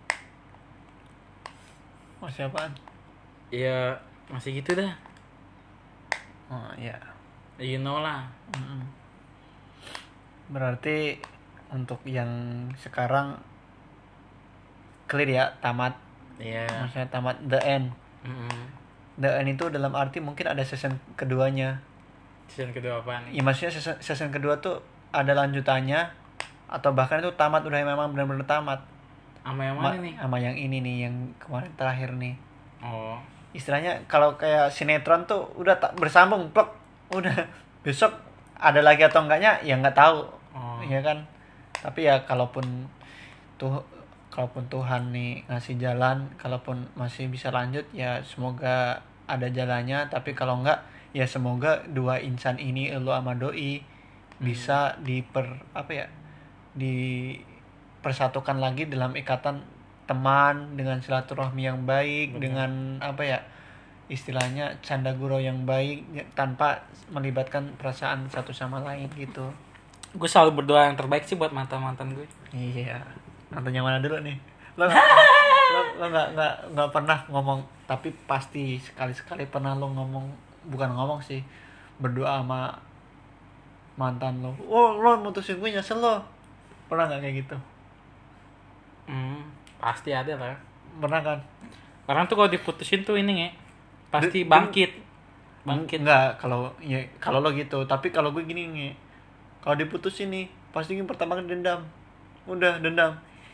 masih apaan? ya, masih gitu dah, Oh iya. you know lah. Mm-mm. Berarti untuk yang sekarang clear ya, tamat. Iya. Maksudnya tamat the end. Mm-mm. The end itu dalam arti mungkin ada season keduanya. Season kedua apa nih? Ya maksudnya season, season kedua tuh ada lanjutannya, atau bahkan itu tamat, udah memang benar-benar tamat. Sama yang Ma- mana nih? sama yang ini nih, yang kemarin terakhir nih. Oh, Istilahnya kalau kayak sinetron tuh udah tak bersambung, plek, udah besok ada lagi atau enggaknya ya nggak tahu. oh. Iya kan, tapi ya kalaupun tuh kalaupun Tuhan nih ngasih jalan, kalaupun masih bisa lanjut ya semoga ada jalannya. Tapi kalau enggak ya semoga dua insan ini, lo sama doi, bisa diper apa ya dipersatukan lagi dalam ikatan teman, dengan silaturahmi yang baik. Benar. Dengan apa ya istilahnya canda gurau yang baik, ya, tanpa melibatkan perasaan satu sama lain gitu. Gue selalu berdoa yang terbaik sih buat mantan-mantan gue. Iya. Nantinya mana dulu nih? Lo nggak lo, lo nggak nggak nggak pernah ngomong, tapi pasti sekali-sekali pernah lo ngomong, bukan ngomong sih, berdoa sama mantan lo. Oh, lo mutusin gue, nyesel lo. Pernah nggak kayak gitu? Hmm, pasti ada lah. Pernah kan? Orang tuh kalau diputusin tuh ini nge, pasti Di- bangkit, bangkit. Enggak, kalau ya kalau lo gitu, tapi kalau gue gini nih. Kalau diputusin nih, pasti yang pertama kan dendam. Udah dendam.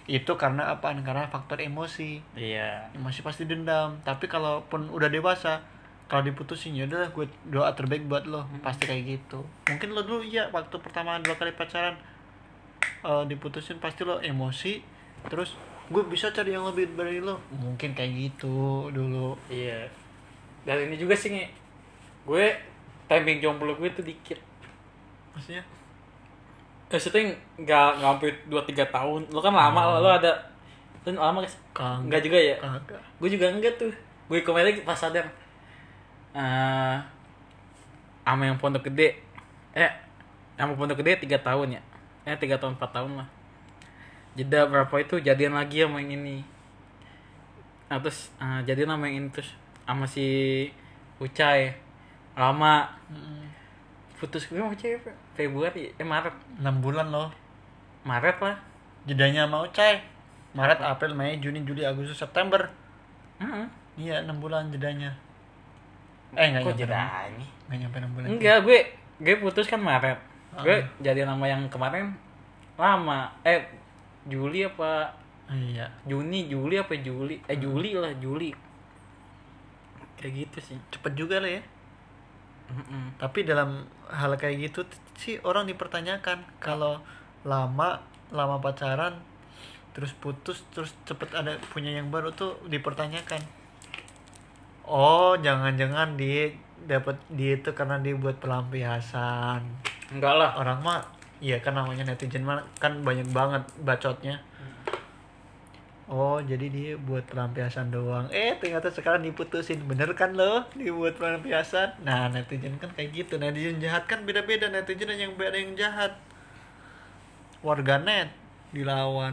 itu karena apa? Karena faktor emosi. Iya. Emosi pasti dendam. Tapi kalaupun udah dewasa, kalau diputusin ya udah gue doa terbaik buat lo. Hmm. Pasti kayak gitu. Mungkin lo dulu iya waktu pertama dua kali pacaran uh, diputusin pasti lo emosi. Terus gue bisa cari yang lebih dari lo. Mungkin kayak gitu dulu. Iya. Dan ini juga sih Nge, gue timing jomblo gue tuh dikit. Maksudnya? Eh, syuting nggak nggak sampai dua tiga tahun. Lo kan lama, oh. lo ada, lo lama guys? Enggak juga ya? Kagak. Gue juga enggak tuh. Gue kemarin pas sadar, uh, sama yang Pondok Gede, eh, sama Pondok Gede tiga tahun ya, eh tiga tahun empat tahun lah. Jeda berapa itu jadian lagi sama yang ini. Nah, terus uh, jadian sama yang ini terus sama si Ucai lama. Mm-hmm. Putus gue sama Ucai Februari, eh Maret. enam bulan loh. Maret lah. Jedanya sama Ucai. Maret, April, Mei, Juni, Juli, Agustus, September. Mm-hmm. Iya, enam bulan jedanya. Eh, enggak nyampe. Jedanya? Enggak nyampe enam bulan. Enggak, gue gue putus kan Maret. Uh. Gue jadian sama yang kemarin lama. Eh, Juli apa? Iya. Juni, Juli apa Juli? Eh, Juli lah, Juli. Kayak gitu sih. Cepet juga lah ya. Mm-mm. Tapi dalam hal kayak gitu sih orang dipertanyakan kalau lama lama pacaran terus putus terus cepet ada punya yang baru tuh dipertanyakan. Oh, jangan-jangan dia dapat dia itu karena dia buat pelampiasan. Enggak lah. Orang mah iya kan namanya netizen mah kan banyak banget bacotnya. Oh, jadi dia buat pelampiasan doang. Eh, ternyata sekarang diputusin. Bener kan lo? Dibuat pelampiasan. Nah, netizen kan kayak gitu. Netizen jahat kan beda-beda. Netizen ada yang beda yang jahat. Warganet dilawan.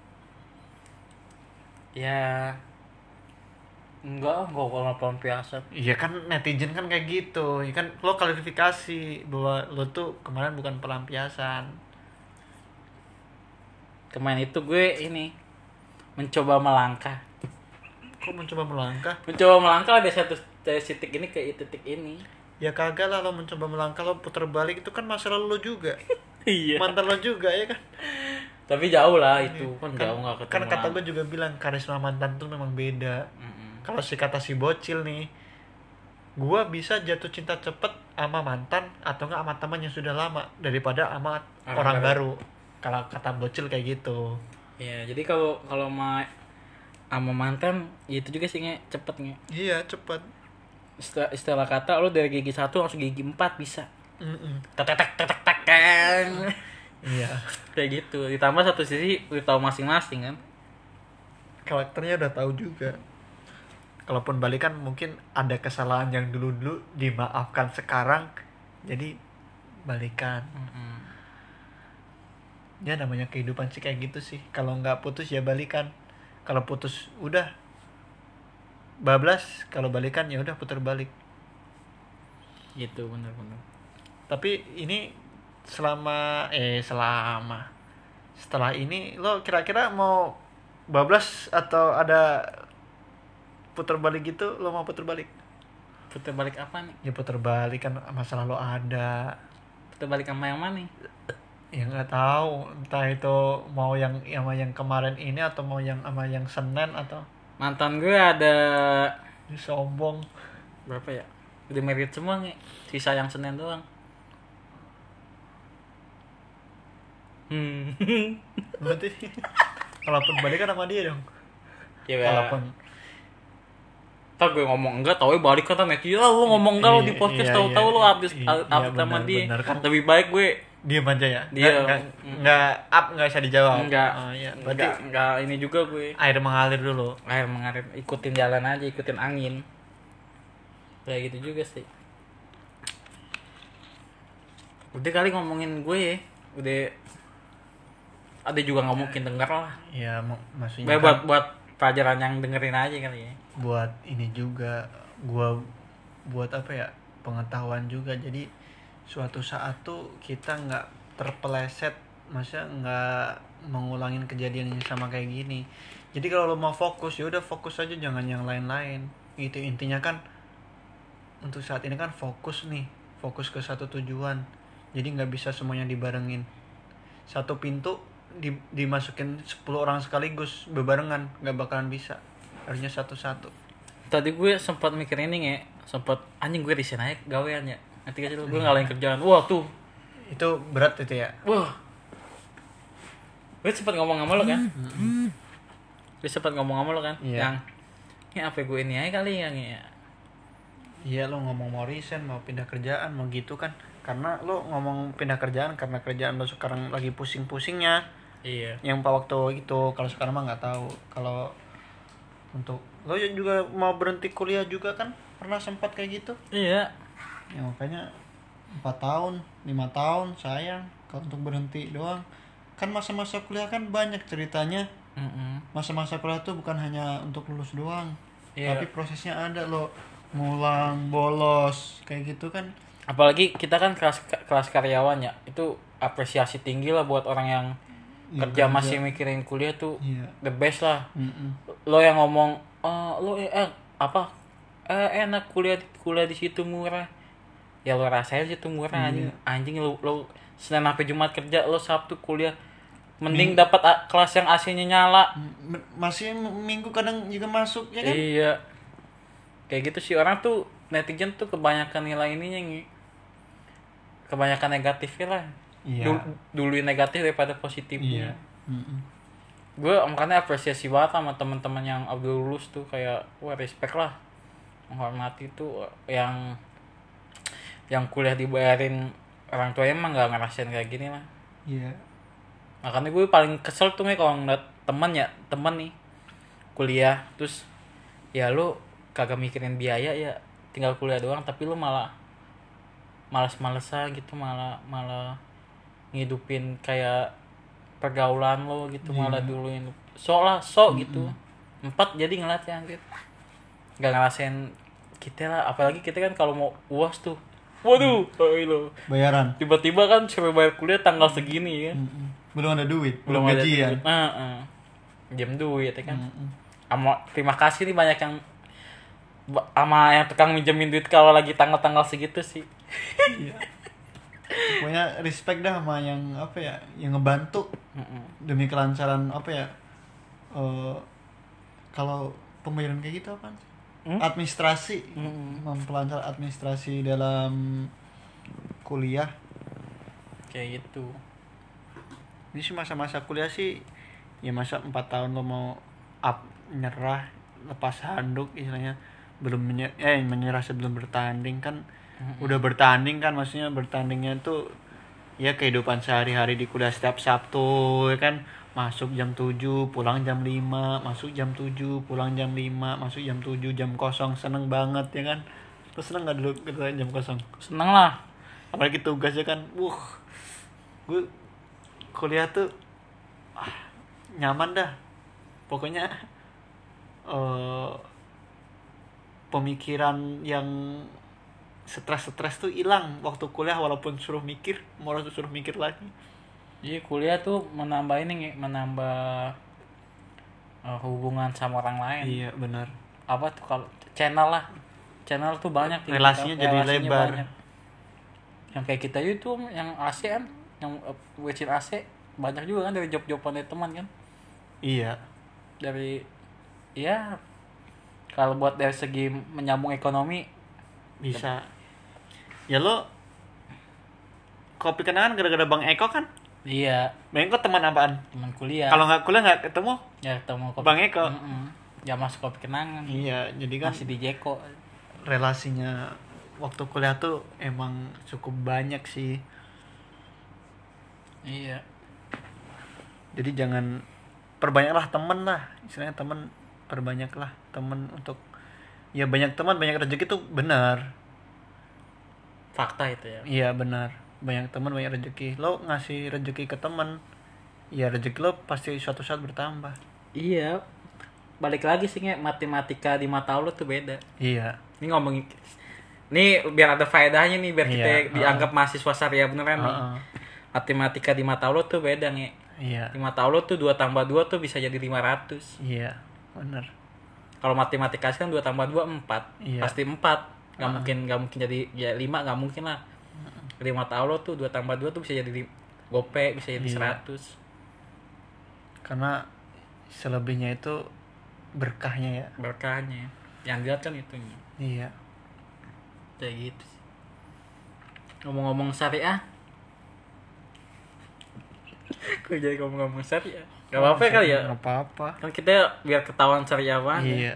Ya. Enggak, enggak kalau pelampiasan. Iya kan netizen kan kayak gitu. Ya kan lo klarifikasi bahwa lo tuh kemarin bukan pelampiasan. Kemarin itu gue ini mencoba melangkah. Kok mencoba melangkah? Mencoba melangkah dari satu dari titik ini ke titik ini. Ya kagak lah, lo mencoba melangkah lo putar balik itu kan masa lalu lo juga. Iya. Mantan lo juga ya kan. Tapi jauh lah itu kan, kan jauh nggak ketemu. Kan kata gue juga bilang karisma mantan tuh memang beda. Mm-hmm. Kalau si kata si bocil nih, gue bisa jatuh cinta cepet sama mantan atau nggak sama teman yang sudah lama daripada sama orang, orang baru. Kalau kata bocil kayak gitu. Ya, jadi kalau kalau sama sama mantan itu juga sih Nge, cepet Nge. Iya, cepet. Istilah, istilah kata lo dari gigi satu langsung gigi empat bisa. Tetek tetek tetek tek. Iya. Kayak gitu. Ditambah satu sisi udah tahu masing-masing kan. Karakternya udah tahu juga. Kalaupun balikan mungkin ada kesalahan yang dulu-dulu dimaafkan sekarang. Jadi balikan. Mm-hmm. Ya namanya kehidupan sih kayak gitu sih. Kalau nggak putus ya balikan. Kalau putus udah bablas. Kalau balikan ya udah putar balik. Gitu benar-benar. Tapi ini selama eh selama setelah ini lo kira-kira mau bablas atau ada putar balik gitu? Lo mau putar balik? Putar balik apa nih? Ya putar balik kan masalah lo ada. Putar balik sama yang mana nih? Ya nggak tahu, entah itu mau yang sama yang kemarin ini atau mau yang sama yang Senin atau mantan gue ada sombong berapa ya? Udah merit semua nih, sisa yang Senin doang. Hmm. Berarti kalaupun balikan sama dia dong. Ya, kalaupun tak gue ngomong enggak, tau balik kan Meki. Ah, lu ngomong enggak lo di podcast, iya, tahu-tahu iya, lo habis iya, up sama dia. Bener, kan. Lebih baik gue diam aja ya. Dia nggak, nggak up nggak bisa dijawab. Enggak. Oh, iya. Berarti enggak, enggak ini juga gue. Air mengalir dulu. Air mengalir, ikutin jalan aja, ikutin angin. Kayak gitu juga sih. Udah kali ngomongin gue ya. Udah ada juga nggak mungkin denger lah. Ya maksudnya kan, buat buat pelajaran yang dengerin aja kali ya. Buat ini juga gua buat apa ya, pengetahuan juga. Jadi suatu saat tuh kita nggak terpeleset, maksudnya nggak mengulangin kejadian yang sama kayak gini. Jadi kalau lo mau fokus ya udah fokus aja, jangan yang lain-lain. Itu intinya kan untuk saat ini kan fokus nih, fokus ke satu tujuan. Jadi nggak bisa semuanya dibarengin. Satu pintu di, dimasukin sepuluh orang sekaligus bebarengan nggak bakalan bisa, harusnya satu-satu. Tadi gue sempat mikir ini nge, sempat anjing gue di sana gawean ya. Nanti kasih gue ngalahin kerjaan. Wah tuh. Itu berat itu ya. Wah. Gue sempat ngomong sama lo kan. Gue sempat ngomong sama lo kan. Iya. Yang ya apa gue ini aja kali yang ya. Iya, lo ngomong mau resign, mau pindah kerjaan, mau gitu kan. Karena lo ngomong pindah kerjaan karena kerjaan lo sekarang lagi pusing-pusingnya. Iya. Yang pak waktu itu, kalau sekarang mah nggak tahu. Kalau untuk lo juga mau berhenti kuliah juga kan, pernah sempat kayak gitu. Iya. Ya makanya empat tahun, lima tahun sayang kalau untuk berhenti doang. Kan masa-masa kuliah kan banyak ceritanya. Mm-mm. Masa-masa kuliah tuh bukan hanya untuk lulus doang. Iya. Tapi prosesnya ada lo, ngulang, bolos, kayak gitu kan. Apalagi kita kan kelas kelas karyawan ya, itu apresiasi tinggi lah buat orang yang Ya, kerja kerja. masih mikirin kuliah tuh. Iya. The best lah. Mm-mm. Lo yang ngomong oh, lo eh, eh apa eh, enak kuliah kuliah di situ murah, ya lo rasain situ murah. Iya. Anjing anjing lo lo Senin sampai Jumat kerja, lo Sabtu kuliah, mending dapat a- kelas yang A C-nya nyala. M- masih minggu kadang juga masuk ya kan. Iya, kayak gitu sih orang tuh, netizen tuh kebanyakan nilai ininya Ngi. Kebanyakan negatifnya lah. Iya. Dul- duluin negatif daripada positifnya. Iya. Mm-mm. Gue makanya apresiasi banget sama teman-teman yang udah lulus tuh, kayak wah respect lah, menghormati tuh yang yang kuliah dibayarin orang tuanya emang nggak ngerasain kayak gini lah. Iya. Makanya gue paling kesel tuh nih kalau ngeliat temen ya temen nih kuliah terus ya lu kagak mikirin biaya ya, tinggal kuliah doang, tapi lu malah males-malesan gitu, malah malah ngidupin kayak pergaulan lo gitu. Iya. Malah duluin sok lah sok gitu. Empat jadi ngeliat ya gitu, nggak ngerasain kita lah. Apalagi kita kan kalau mau U A S tuh, waduh oh lo Bayaran. tiba-tiba kan suruh bayar kuliah tanggal segini kan. Mm-mm. Belum ada duit, Belum belum ada gajian. duit. Nah, uh. jam duit ya kan. Mm-mm. Ama, terima kasih nih banyak yang ba- ama yang tukang minjemin duit kalau lagi tanggal-tanggal segitu sih. Iya. Pokoknya respect dah sama yang apa ya, yang ngebantu Mm-mm. demi kelancaran apa ya. eh kalau pembayaran kayak gitu apa? Hmm? Administrasi, Mm-mm. memperlancar administrasi dalam kuliah. Kayak gitu. Ini sih masa-masa kuliah sih, ya masa empat tahun lo mau up, nyerah, lepas handuk istilahnya, belum menyer- eh menyerah sebelum bertanding kan. Mm-mm. Udah bertanding kan, maksudnya bertandingnya tuh ya kehidupan sehari-hari di kuliah setiap Sabtu ya kan, masuk jam tujuh, pulang jam lima, masuk jam tujuh, pulang jam lima, masuk jam tujuh, jam kosong, seneng banget ya kan. Terus seneng gak dulu kita jam kosong? Seneng lah. Apalagi tugasnya kan, wuh, gue kuliah tuh ah, nyaman dah. Pokoknya eh pemikiran yang stres-stres tuh hilang waktu kuliah, walaupun suruh mikir, mau suruh mikir lagi. Jadi kuliah tuh menambah ini Ngi, menambah uh, hubungan sama orang lain. Iya benar. Apa tuh kalau channel lah, channel tuh banyak. Relasinya jadi lebar. banyak. Yang kayak kita itu yang A C kan, yang uh, wecin A C banyak juga kan dari job-joban dari teman kan. Iya. Dari ya kalau buat dari segi menyambung ekonomi Bisa. Ya lo kopi kenangan gara-gara Bang Eko kan? iya, Bang Eko teman apaan? teman kuliah. Kalau nggak kuliah nggak ketemu? ya ketemu kopi. Bang Eko. Mm-mm. Ya masuk kopi kenangan. Iya, jadi kan Masih di Jeko. relasinya waktu kuliah tuh emang cukup banyak sih. Iya. Jadi jangan, perbanyaklah temen lah, istilahnya temen, perbanyaklah temen untuk, ya banyak teman banyak rezeki tuh benar. Fakta itu ya. Iya benar, banyak teman banyak rezeki. Lo ngasih rezeki ke teman, ya rezeki lo pasti suatu saat bertambah. Iya. Balik lagi sih Nge, matematika di mata lo tuh beda. Iya. Ini ngomongin, nih biar ada faedahnya nih, biar kita Iya, dianggap mahasiswa syariah beneran nih. Heeh. Matematika di mata lo tuh beda Nge. Iya. Di mata lo tuh dua tambah dua tuh bisa jadi lima ratus. Iya benar. Kalau matematika kan dua tambah dua empat. Iya. Pasti empat. Gak Uh-huh. mungkin gak mungkin jadi ya lima, gak mungkin lah. Di mata Allah tuh dua tambah dua tuh bisa jadi li- gope, bisa jadi Iya. seratus. Karena selebihnya itu berkahnya ya. Berkahnya yang lihat kan itunya. Iya. Kayak gitu sih. Ngomong-ngomong syariah. Kok jadi ngomong-ngomong syariah? Gak apa-apa kali ya? Gak apa-apa. Kan kita biar ketahuan syariah banget. Iya.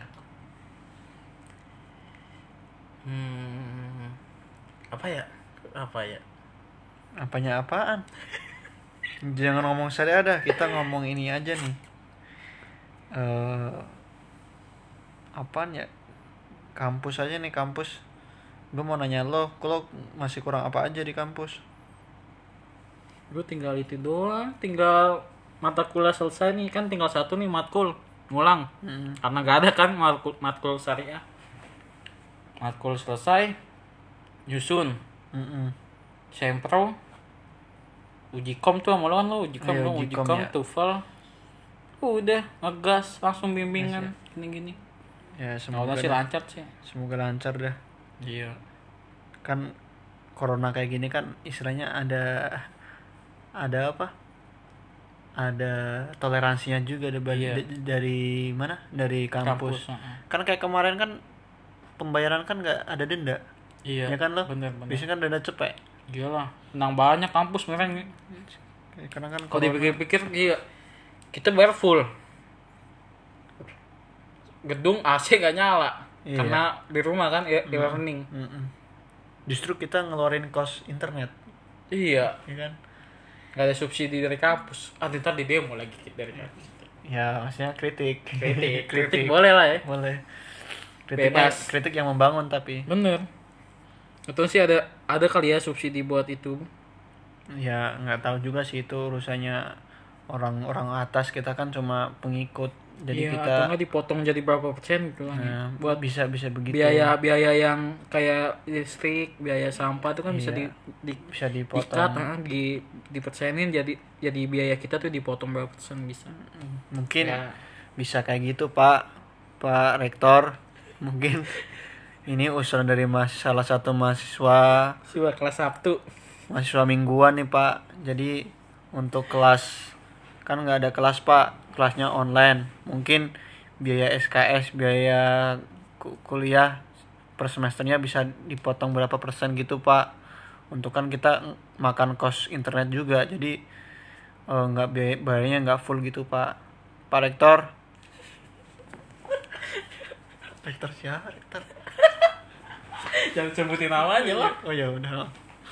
Hmm, apa ya? Apa ya? Apanya apaan? Jangan ngomong syariah dah, kita ngomong ini aja nih. Eh, apaan ya? Kampus aja nih, kampus. Gue mau nanya lo, lo masih kurang apa aja di kampus? Gue tinggal itu doang, tinggal mata kuliah selesai nih, kan tinggal satu nih matkul ngulang. Hmm. Karena gak ada kan matkul, matkul syariah. Matkul selesai, nyusun, Mm-mm. sempro, uji kom tuh sama lo kan lo uji kom, Iya, lo uji uji kom kom, ya. TOEFL, udah ngegas langsung bimbingan gini-gini. Ya Semoga semoga sih dah. lancar sih. Semoga lancar dah. Iya. Kan corona kayak gini kan istilahnya ada ada apa? Ada toleransinya juga dari Iya. d- dari mana? Dari kampus. Kampus. uh-uh. Kan kayak kemarin kan pembayaran kan nggak ada denda. Iya. Ya kan lo? Bener-bener. Biasanya kan denda cepet. Gila, menang banyak kampus mereka. Karena kan Kalau corona. dipikir-pikir iya, kita bayar full. Gedung A C gak nyala. Iya. Karena di rumah kan e- e-learning. Mm-mm. Justru kita ngeluarin kos internet, Iya, ya kan? gak ada subsidi dari kampus. Ah, ntar di demo lagi dari kampus. Ya maksudnya kritik. Kritik, kritik boleh lah ya. Boleh. Kritik Bebas. kritik yang membangun tapi. Bener. Betul sih ada ada kali ya subsidi buat itu. Ya nggak tahu juga sih itu urusannya orang-orang atas, kita kan cuma pengikut. Jadi Iya, kita atau nggak dipotong jadi berapa persen gitu kan. nah, Buat bisa bisa begitu. biaya-biaya yang kayak listrik, biaya sampah itu kan bisa di, Iya. di Bisa dikat, dipotong. ah, di dipersenin jadi jadi biaya kita tuh dipotong berapa persen bisa. Mungkin Ya, bisa kayak gitu Pak Pak Rektor. Mungkin ini usulan dari mas, salah satu mahasiswa sih kelas Sabtu. mahasiswa mingguan nih Pak. Jadi untuk kelas kan nggak ada kelas Pak, kelasnya online. Mungkin biaya S K S, biaya ku- kuliah per semesternya bisa dipotong berapa persen gitu Pak. Untuk kan kita ng- makan kos internet juga, jadi eh, nggak biaya, bayarnya nggak full gitu Pak. Pak Rektor. Rektor siapa? Rektor. Jangan sebutin nama aja lah. Oh ya udah.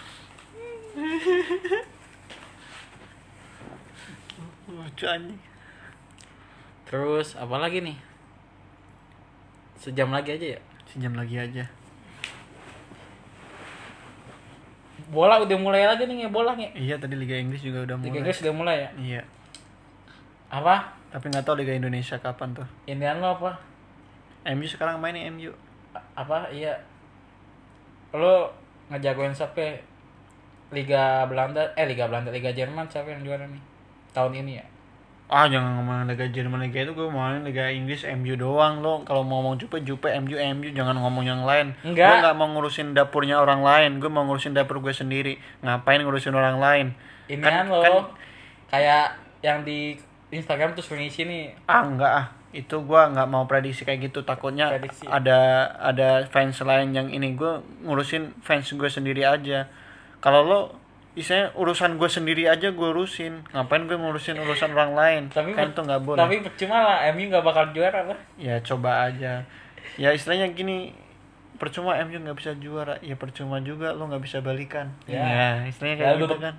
Lucu anjing. Terus apa lagi nih? Sejam lagi aja ya. Sejam lagi aja. Bola udah mulai lagi nih, bola nih. Iya tadi Liga Inggris juga udah Liga mulai. Inggris udah mulai ya. Iya. Apa? Tapi nggak tahu Liga Indonesia kapan tuh. Inian lo apa? M U sekarang main nih M U. A- apa? Iya. Lo ngejagoin siapa? Liga Belanda, eh Liga Belanda, Liga Jerman siapa yang juara nih? Tahun ini ya. Ah jangan ngomong Liga Jerman, Liga itu gue mau Liga Inggris M U doang lo. Kalau mau ngomong Jupe Jupe M U M U, jangan ngomong yang lain. Enggak. Gue nggak mau ngurusin dapurnya orang lain. Gue mau ngurusin dapur gue sendiri. Ngapain ngurusin orang lain? Inian lo kayak yang di Instagram tuh sering isi nih. Ah enggak ah. Itu gue nggak mau prediksi kayak gitu. Takutnya Prediksi. ada ada fans lain yang ini. Gue ngurusin fans gue sendiri aja. Kalau lo istilahnya urusan gue sendiri aja gue urusin. Ngapain gue ngurusin urusan orang lain? Tapi Kan itu nggak boleh. Tapi percuma lah, M U nggak bakal juara lah. Ya coba aja. Ya istilahnya gini, percuma M U nggak bisa juara, ya percuma juga lo nggak bisa balikan. Ya. Ya, istilahnya kayak Ya, gitu lu- kan.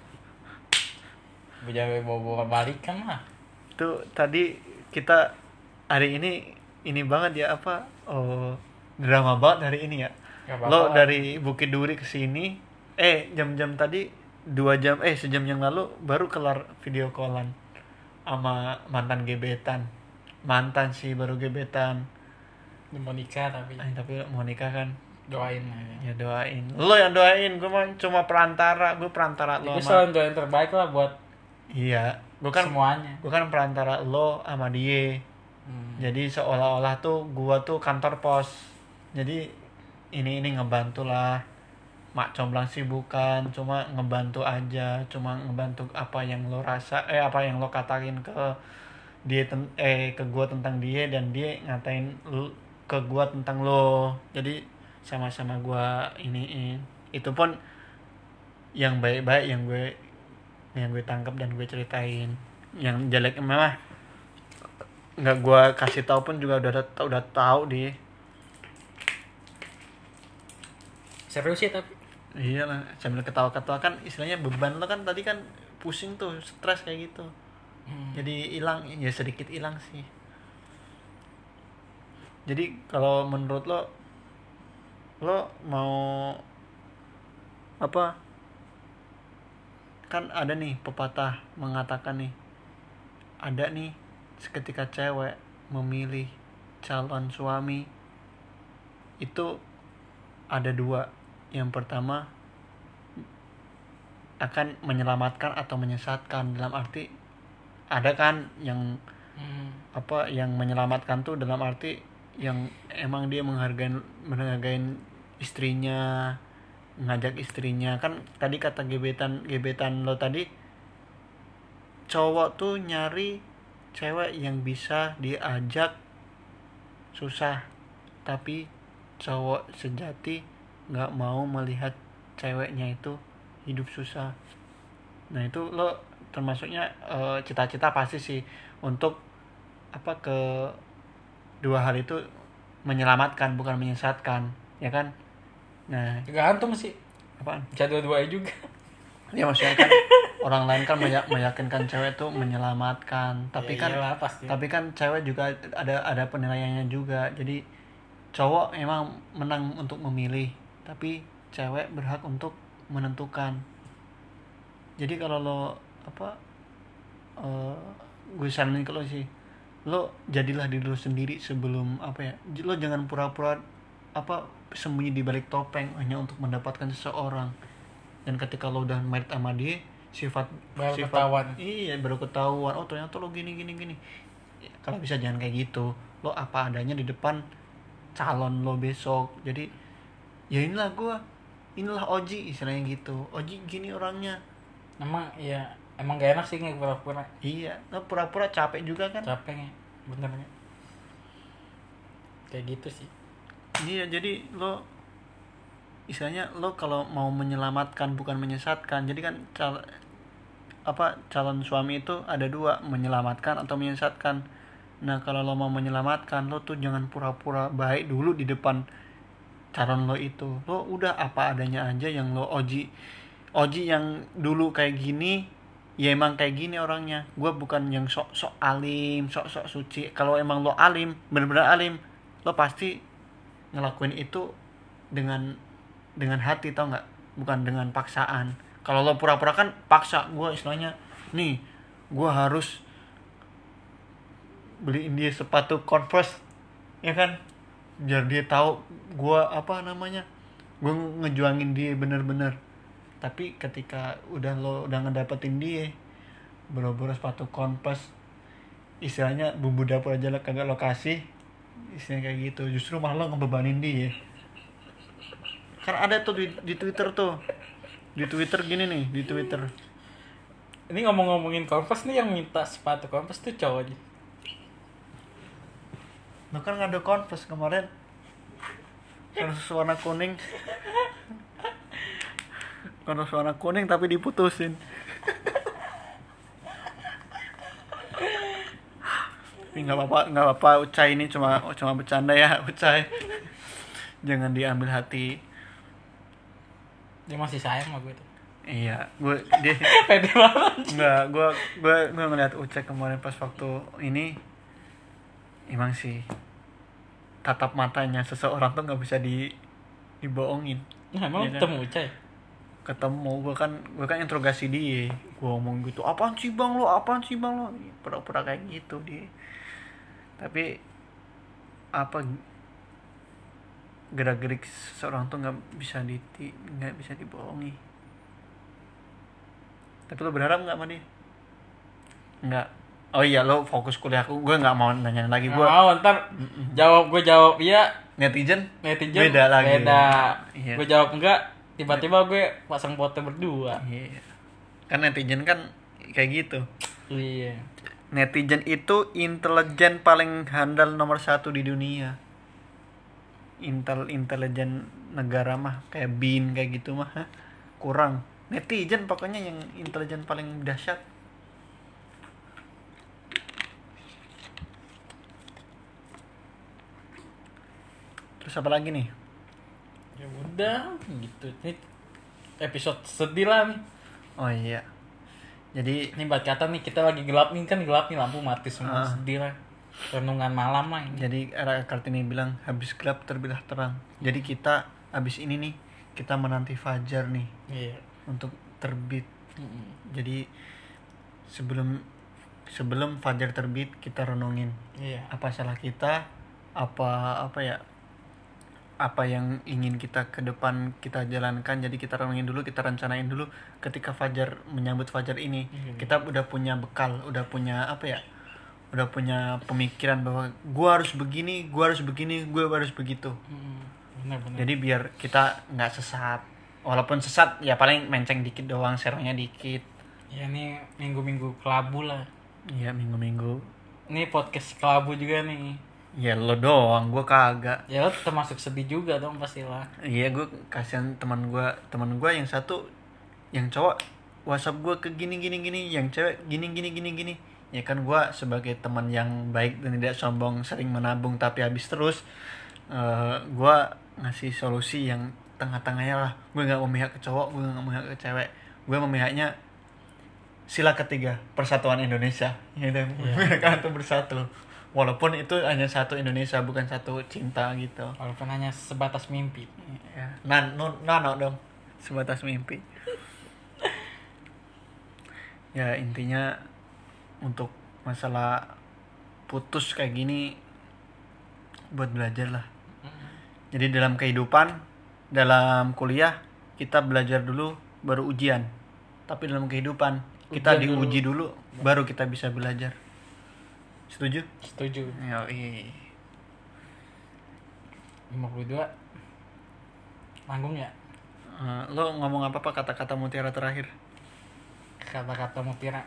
Jangan bawa-bawa balikan lah. Tuh tadi kita hari ini ini banget ya apa? Oh, drama banget hari ini ya. Nggak apa-apa Lo lah. dari Bukit Duri ke sini, eh jam-jam tadi dua jam eh sejam yang lalu baru kelar video callan sama mantan gebetan. Mantan sih baru gebetan. Mau nikah tapi Eh, tapi mau nikah kan. doain aja. Ya doain. Lo yang doain, gue mah cuma perantara, gue perantara lo Gue sama. selalu doain terbaik lah buat Iya, gue kan semuanya. gue kan perantara lo sama dia. Hmm. Jadi seolah-olah tuh gue tuh kantor pos. Jadi ini ini ngebantu lah. mak comblang sih bukan, cuma ngebantu aja, cuma ngebantu apa yang lo rasa eh apa yang lo katain ke dia ten- eh ke gua tentang dia, dan dia ngatain lu ke gua tentang lo. Jadi sama-sama gua iniin. Itu pun yang baik-baik yang gue yang gue tangkap dan gue ceritain. Yang jelek memang nggak gue kasih tahu pun juga udah udah tahu dia. Serius sih tapi. Iya lah, sambil ketawa-ketawa kan istilahnya beban lo kan tadi kan pusing tuh, stres kayak gitu. Hmm. Jadi hilang, ya sedikit hilang sih. Jadi kalau menurut lo, lo mau apa? Kan ada nih pepatah mengatakan nih, ada nih seketika cewek memilih calon suami itu ada dua. Yang pertama akan menyelamatkan atau menyesatkan, dalam arti ada kan yang hmm. apa yang menyelamatkan tuh dalam arti yang emang dia menghargai menghargai istrinya, ngajak istrinya. Kan tadi kata gebetan gebetan lo tadi, cowok tuh nyari cewek yang bisa diajak susah, tapi cowok sejati nggak mau melihat ceweknya itu hidup susah. Nah itu lo termasuknya uh, cita-cita pasti sih untuk apa ke dua hal itu, menyelamatkan bukan menyesatkan, ya kan? Nah tergantung sih. Apaan? Bisa dua-duanya juga. Ya maksudnya kan orang lain kan meyakinkan cewek tuh menyelamatkan, tapi ya, kan iyalah, pasti. Tapi kan cewek juga ada ada penilaiannya juga. Jadi cowok emang menang untuk memilih, tapi cewek berhak untuk menentukan. Jadi kalau lo apa uh, gue saranin ke lo sih, lo jadilah diri lo sendiri sebelum apa ya, lo jangan pura-pura apa sembunyi di balik topeng hanya untuk mendapatkan seseorang. Dan ketika lo udah married sama dia, sifat baru sifat ketahuan. Iya baru ketahuan, oh ternyata lo gini gini gini. Ya, kalau bisa jangan kayak gitu, lo apa adanya di depan calon lo besok. Jadi ya inilah gue, inilah Oji istilahnya gitu. Oji gini orangnya. Emang ya emang gak enak sih nggak pura-pura. Iya, lo pura-pura capek juga kan? Capeknya, benernya. Kayak gitu sih. Iya, jadi lo istilahnya lo kalau mau menyelamatkan bukan menyesatkan. Jadi kan cal- apa calon suami itu ada dua, menyelamatkan atau menyesatkan. Nah kalau lo mau menyelamatkan, lo tuh jangan pura-pura baik dulu di depan calon lo itu. Lo udah apa adanya aja, yang lo Oji Oji yang dulu kayak gini, ya emang kayak gini orangnya. Gue bukan yang sok-sok alim, sok-sok suci. Kalau emang lo alim, bener-bener alim, lo pasti ngelakuin itu dengan dengan hati, tau nggak? Bukan dengan paksaan. Kalau lo pura-pura kan paksa. Gue istilahnya nih, gue harus beliin dia sepatu Converse, ya kan? Biar dia tahu gue apa namanya, gue ngejuangin dia bener-bener. Tapi ketika udah lo udah ngedapetin dia, boro-boro sepatu Converse, istilahnya bumbu dapur aja lo kagak lo kasih, istilahnya kayak gitu. Justru malah lo ngebebanin dia. Kan ada tuh di, di Twitter tuh, di Twitter gini nih, di Twitter. Ini ngomong-ngomongin Converse nih, yang minta sepatu Converse tuh cowok aja. Lo kan nggak ada Converse kemarin, Converse warna kuning, Converse warna kuning tapi diputusin. Tapi nggak apa-apa, nggak apa-apa. Ucai ini cuma cuma bercanda ya, Ucai. Jangan diambil hati. Dia masih sayang sama gue tuh. Iya, gue dia pede banget. Enggak, gue gue gue ngeliat Ucai kemarin pas waktu ini, emang sih tatap matanya seseorang tuh nggak bisa di dibohongin. Nah, emang ya, ketemu Ucai? Ketemu, gue kan gue kan interogasi dia, gue ngomong gitu, apaan sih bang lo, apaan sih bang lo, pura-pura kayak gitu dia. Tapi apa gerak-gerik seseorang tuh nggak bisa di nggak bisa dibohongi. Tapi lo berharap nggak sama dia? Nggak. Oh iya, lo fokus kuliahku, gue nggak mau nanya lagi. Gue mau ntar jawab gue jawab iya, netizen netizen beda lagi. Beda. Iya. Gue jawab enggak, tiba-tiba gue pasang foto berdua. Iya. Kan netizen kan kayak gitu. Iya. Netizen itu intelijen paling handal nomor satu di dunia. Intel intelijen negara mah kayak bin kayak gitu mah hah? Kurang. Netizen pokoknya yang intelijen paling dahsyat. Terus apa lagi nih? Ya udah gitu. Ini episode sedih lah nih. Oh iya. Jadi Ini buat kata nih kita lagi gelap nih kan gelap nih lampu mati semua, Ah. sedih lah. Renungan malam lah ini. jadi era Kartini bilang habis gelap terbelah terang. Jadi kita habis ini nih kita menanti fajar nih Iya. untuk terbit. Mm-mm. Jadi sebelum sebelum fajar terbit kita renungin Iya. apa salah kita, apa apa ya apa yang ingin kita ke depan kita jalankan. Jadi kita renungin dulu, kita rencanain dulu ketika fajar menyambut fajar ini. Iya. Kita udah punya bekal, udah punya apa ya, udah punya pemikiran bahwa gua harus begini, gua harus begini, gua harus begitu. Mm-mm. Benar-benar. Jadi biar kita nggak sesat. Walaupun sesat ya paling menceng dikit doang, serongnya dikit. Ya ini minggu-minggu kelabu lah. Iya, minggu-minggu. Ini podcast kelabu juga nih. Ya lo doang, gua kagak. Ya lo termasuk sedih juga dong pastilah. Iya, gua kasihan teman gua, teman gua yang satu yang cowok WhatsApp gua ke gini gini gini, yang cewek gini gini gini gini. Ya kan gua sebagai teman yang baik dan tidak sombong, sering menabung tapi habis terus. eh gua ngasih solusi yang tengah-tengahnya lah. Gue nggak memihak ke cowok, gue nggak memihak ke cewek. Gue memihaknya sila ketiga, persatuan Indonesia. Gitu. Iya. Mereka itu bersatu. Walaupun itu hanya satu Indonesia, bukan satu cinta gitu. Walaupun hanya sebatas mimpi. Ya. Nano, nano dong, sebatas mimpi. Ya intinya untuk masalah putus kayak gini buat belajar lah. Jadi dalam kehidupan, dalam kuliah kita belajar dulu baru ujian. Tapi dalam kehidupan kita Ujian diuji dulu. dulu baru kita bisa belajar. Setuju? Setuju. Yoi. lima puluh dua manggung ya. Uh, lo ngomong apa apa kata-kata mutiara terakhir? Kata-kata mutiara.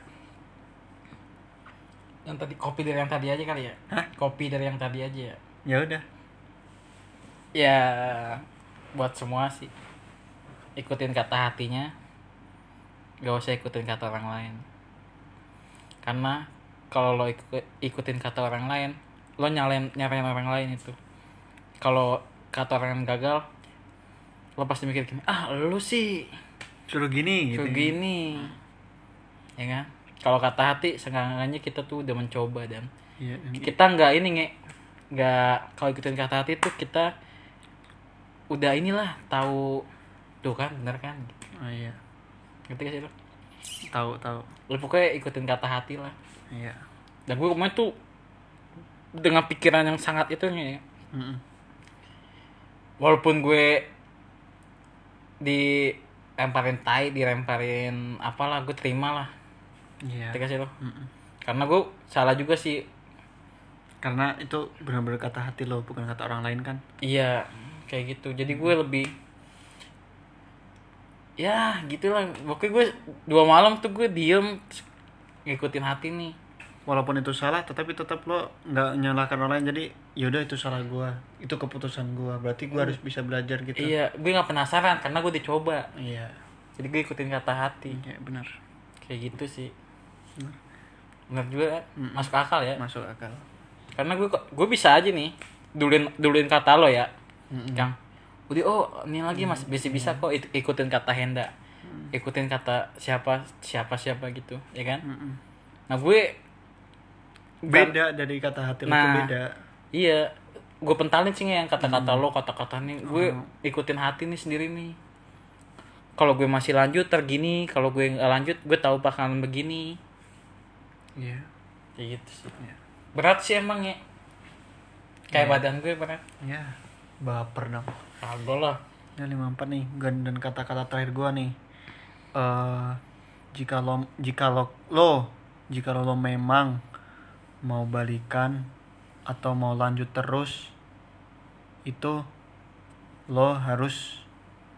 Yang tadi kopi dari yang tadi aja kali ya. Hah? Kopi dari yang tadi aja ya. Ya udah. Ya buat semua sih. Ikutin kata hatinya. Gak usah ikutin kata orang lain. Karena kalau lo ikut, ikutin kata orang lain, lo nyalain nyalain orang lain itu. Kalau kata orang yang gagal, lo pasti mikir gini, ah lo sih Suruh gini gitu. kayak gini, ya kan? Kalau kata hati, seenggaknya kita tuh udah mencoba dan Iya. kita nggak ini nge, nggak kalau ikutin kata hati tuh kita udah inilah tahu tuh kan, bener kan? Oh iya. Ngerti gak sih lo? Tahu tahu. Lo pokoknya ikutin kata hati lah. Iya. Dan gue kemarin tuh dengan pikiran yang sangat itu nih, Mm-mm. walaupun gue dilemparin tai, dilemparin apalah, gue terima lah. Iya. Ngerti gak sih lo? Mm-mm. Karena gue salah juga sih. Karena itu benar-benar kata hati lo, bukan kata orang lain kan? Iya, kayak gitu. Jadi gue lebih ya gitulah. Pokoknya gue dua malam tuh gue diem terus ngikutin hati nih. Walaupun itu salah, tetapi tetap lo nggak nyalahkan orang lain. Jadi yaudah itu salah gua, itu keputusan gua. Berarti gua harus bisa belajar gitu. Iya, gue nggak penasaran karena gue dicoba. Iya. Jadi gue ikutin kata hati. Iya benar. Kayak gitu sih. Benar. Benar juga kan? Mm-mm. Masuk akal ya. Masuk akal. Karena gue gue bisa aja nih duluin duluin kata lo ya. Mm-mm. Kang. Udah oh ini lagi Mas bisa bisa kok ik- ikutin kata Henda. Ikutin kata siapa siapa siapa gitu, ya kan? Mm-mm. Nah, gue Beda dari kata hati lo Nah, tuh beda. iya, gue pentalin sih yang kata-kata lo, kata-kata nih, gue Hmm. ikutin hati nih sendiri nih. Kalau gue masih lanjut tergini, kalau gue nggak lanjut, gue tahu bakalan begini. Iya. Kayak gitu sih. Iya. Berat sih emang ya. Kayak Iya. badan gue berat. Iya. Baper dong. Kagak lah. Ya lima puluh empat nih, dan, dan kata-kata terakhir gua nih. Eh jika lo jika lo lo jika lo memang mau balikan atau mau lanjut terus, itu lo harus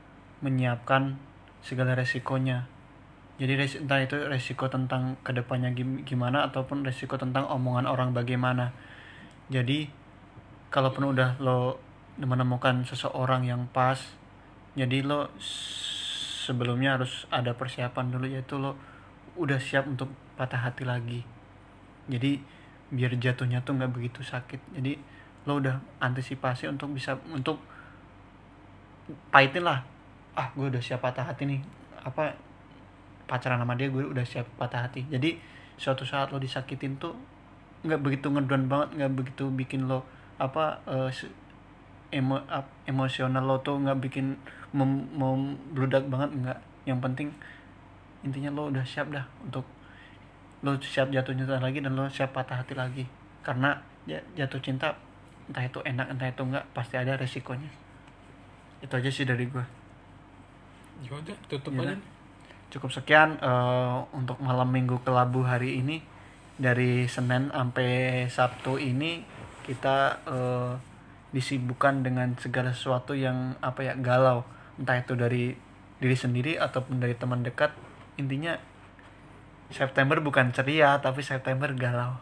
menyiapkan segala resikonya. Jadi res- entah itu resiko tentang kedepannya gim- gimana ataupun resiko tentang omongan orang bagaimana. Jadi kalaupun udah lo menemukan seseorang yang pas, jadi lo s- sebelumnya harus ada persiapan dulu, yaitu lo udah siap untuk patah hati lagi. Jadi biar jatuhnya tuh nggak begitu sakit. Jadi lo udah antisipasi untuk bisa untuk pahitin lah. Ah, gue udah siap patah hati nih. Apa pacaran sama dia, gue udah siap patah hati. Jadi suatu saat lo disakitin tuh nggak begitu ngedon banget, nggak begitu bikin lo apa uh, emo ap, emosional lo tuh nggak bikin mem, membludak banget, nggak. Yang penting intinya lo udah siap dah untuk lo siap jatuh cinta lagi dan lo siap patah hati lagi. Karena ya, jatuh cinta entah itu enak entah itu enggak pasti ada resikonya. Itu aja sih dari gue. Ya udah, tutup Ya, aja. cukup sekian uh, untuk malam minggu kelabu hari ini. Dari Senin sampai Sabtu ini kita uh, disibukkan dengan segala sesuatu yang apa ya galau, entah itu dari diri sendiri ataupun dari teman dekat. Intinya September bukan ceria tapi September galau.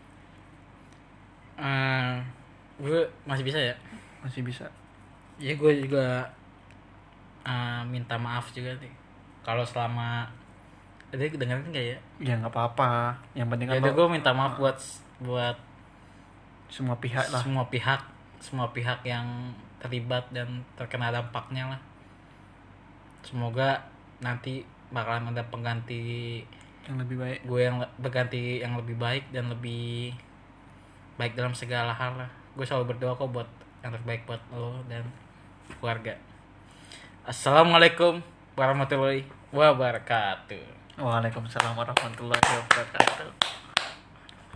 Uh, gue masih bisa ya. Masih bisa. Ya gue juga uh, minta maaf juga nih kalau selama dia dengerin nggak ya? Ya nggak apa-apa. Yang penting kan Ya lo gue minta maaf buat buat semua pihak lah. semua pihak semua pihak yang terlibat dan terkena dampaknya lah. Semoga nanti bakalan ada pengganti Yang lebih baik. gue yang le- berganti yang lebih baik dan lebih baik dalam segala hal lah. Gue selalu berdoa kok buat yang terbaik buat lo dan keluarga. Assalamualaikum warahmatullahi wabarakatuh. Waalaikumsalam warahmatullahi wabarakatuh.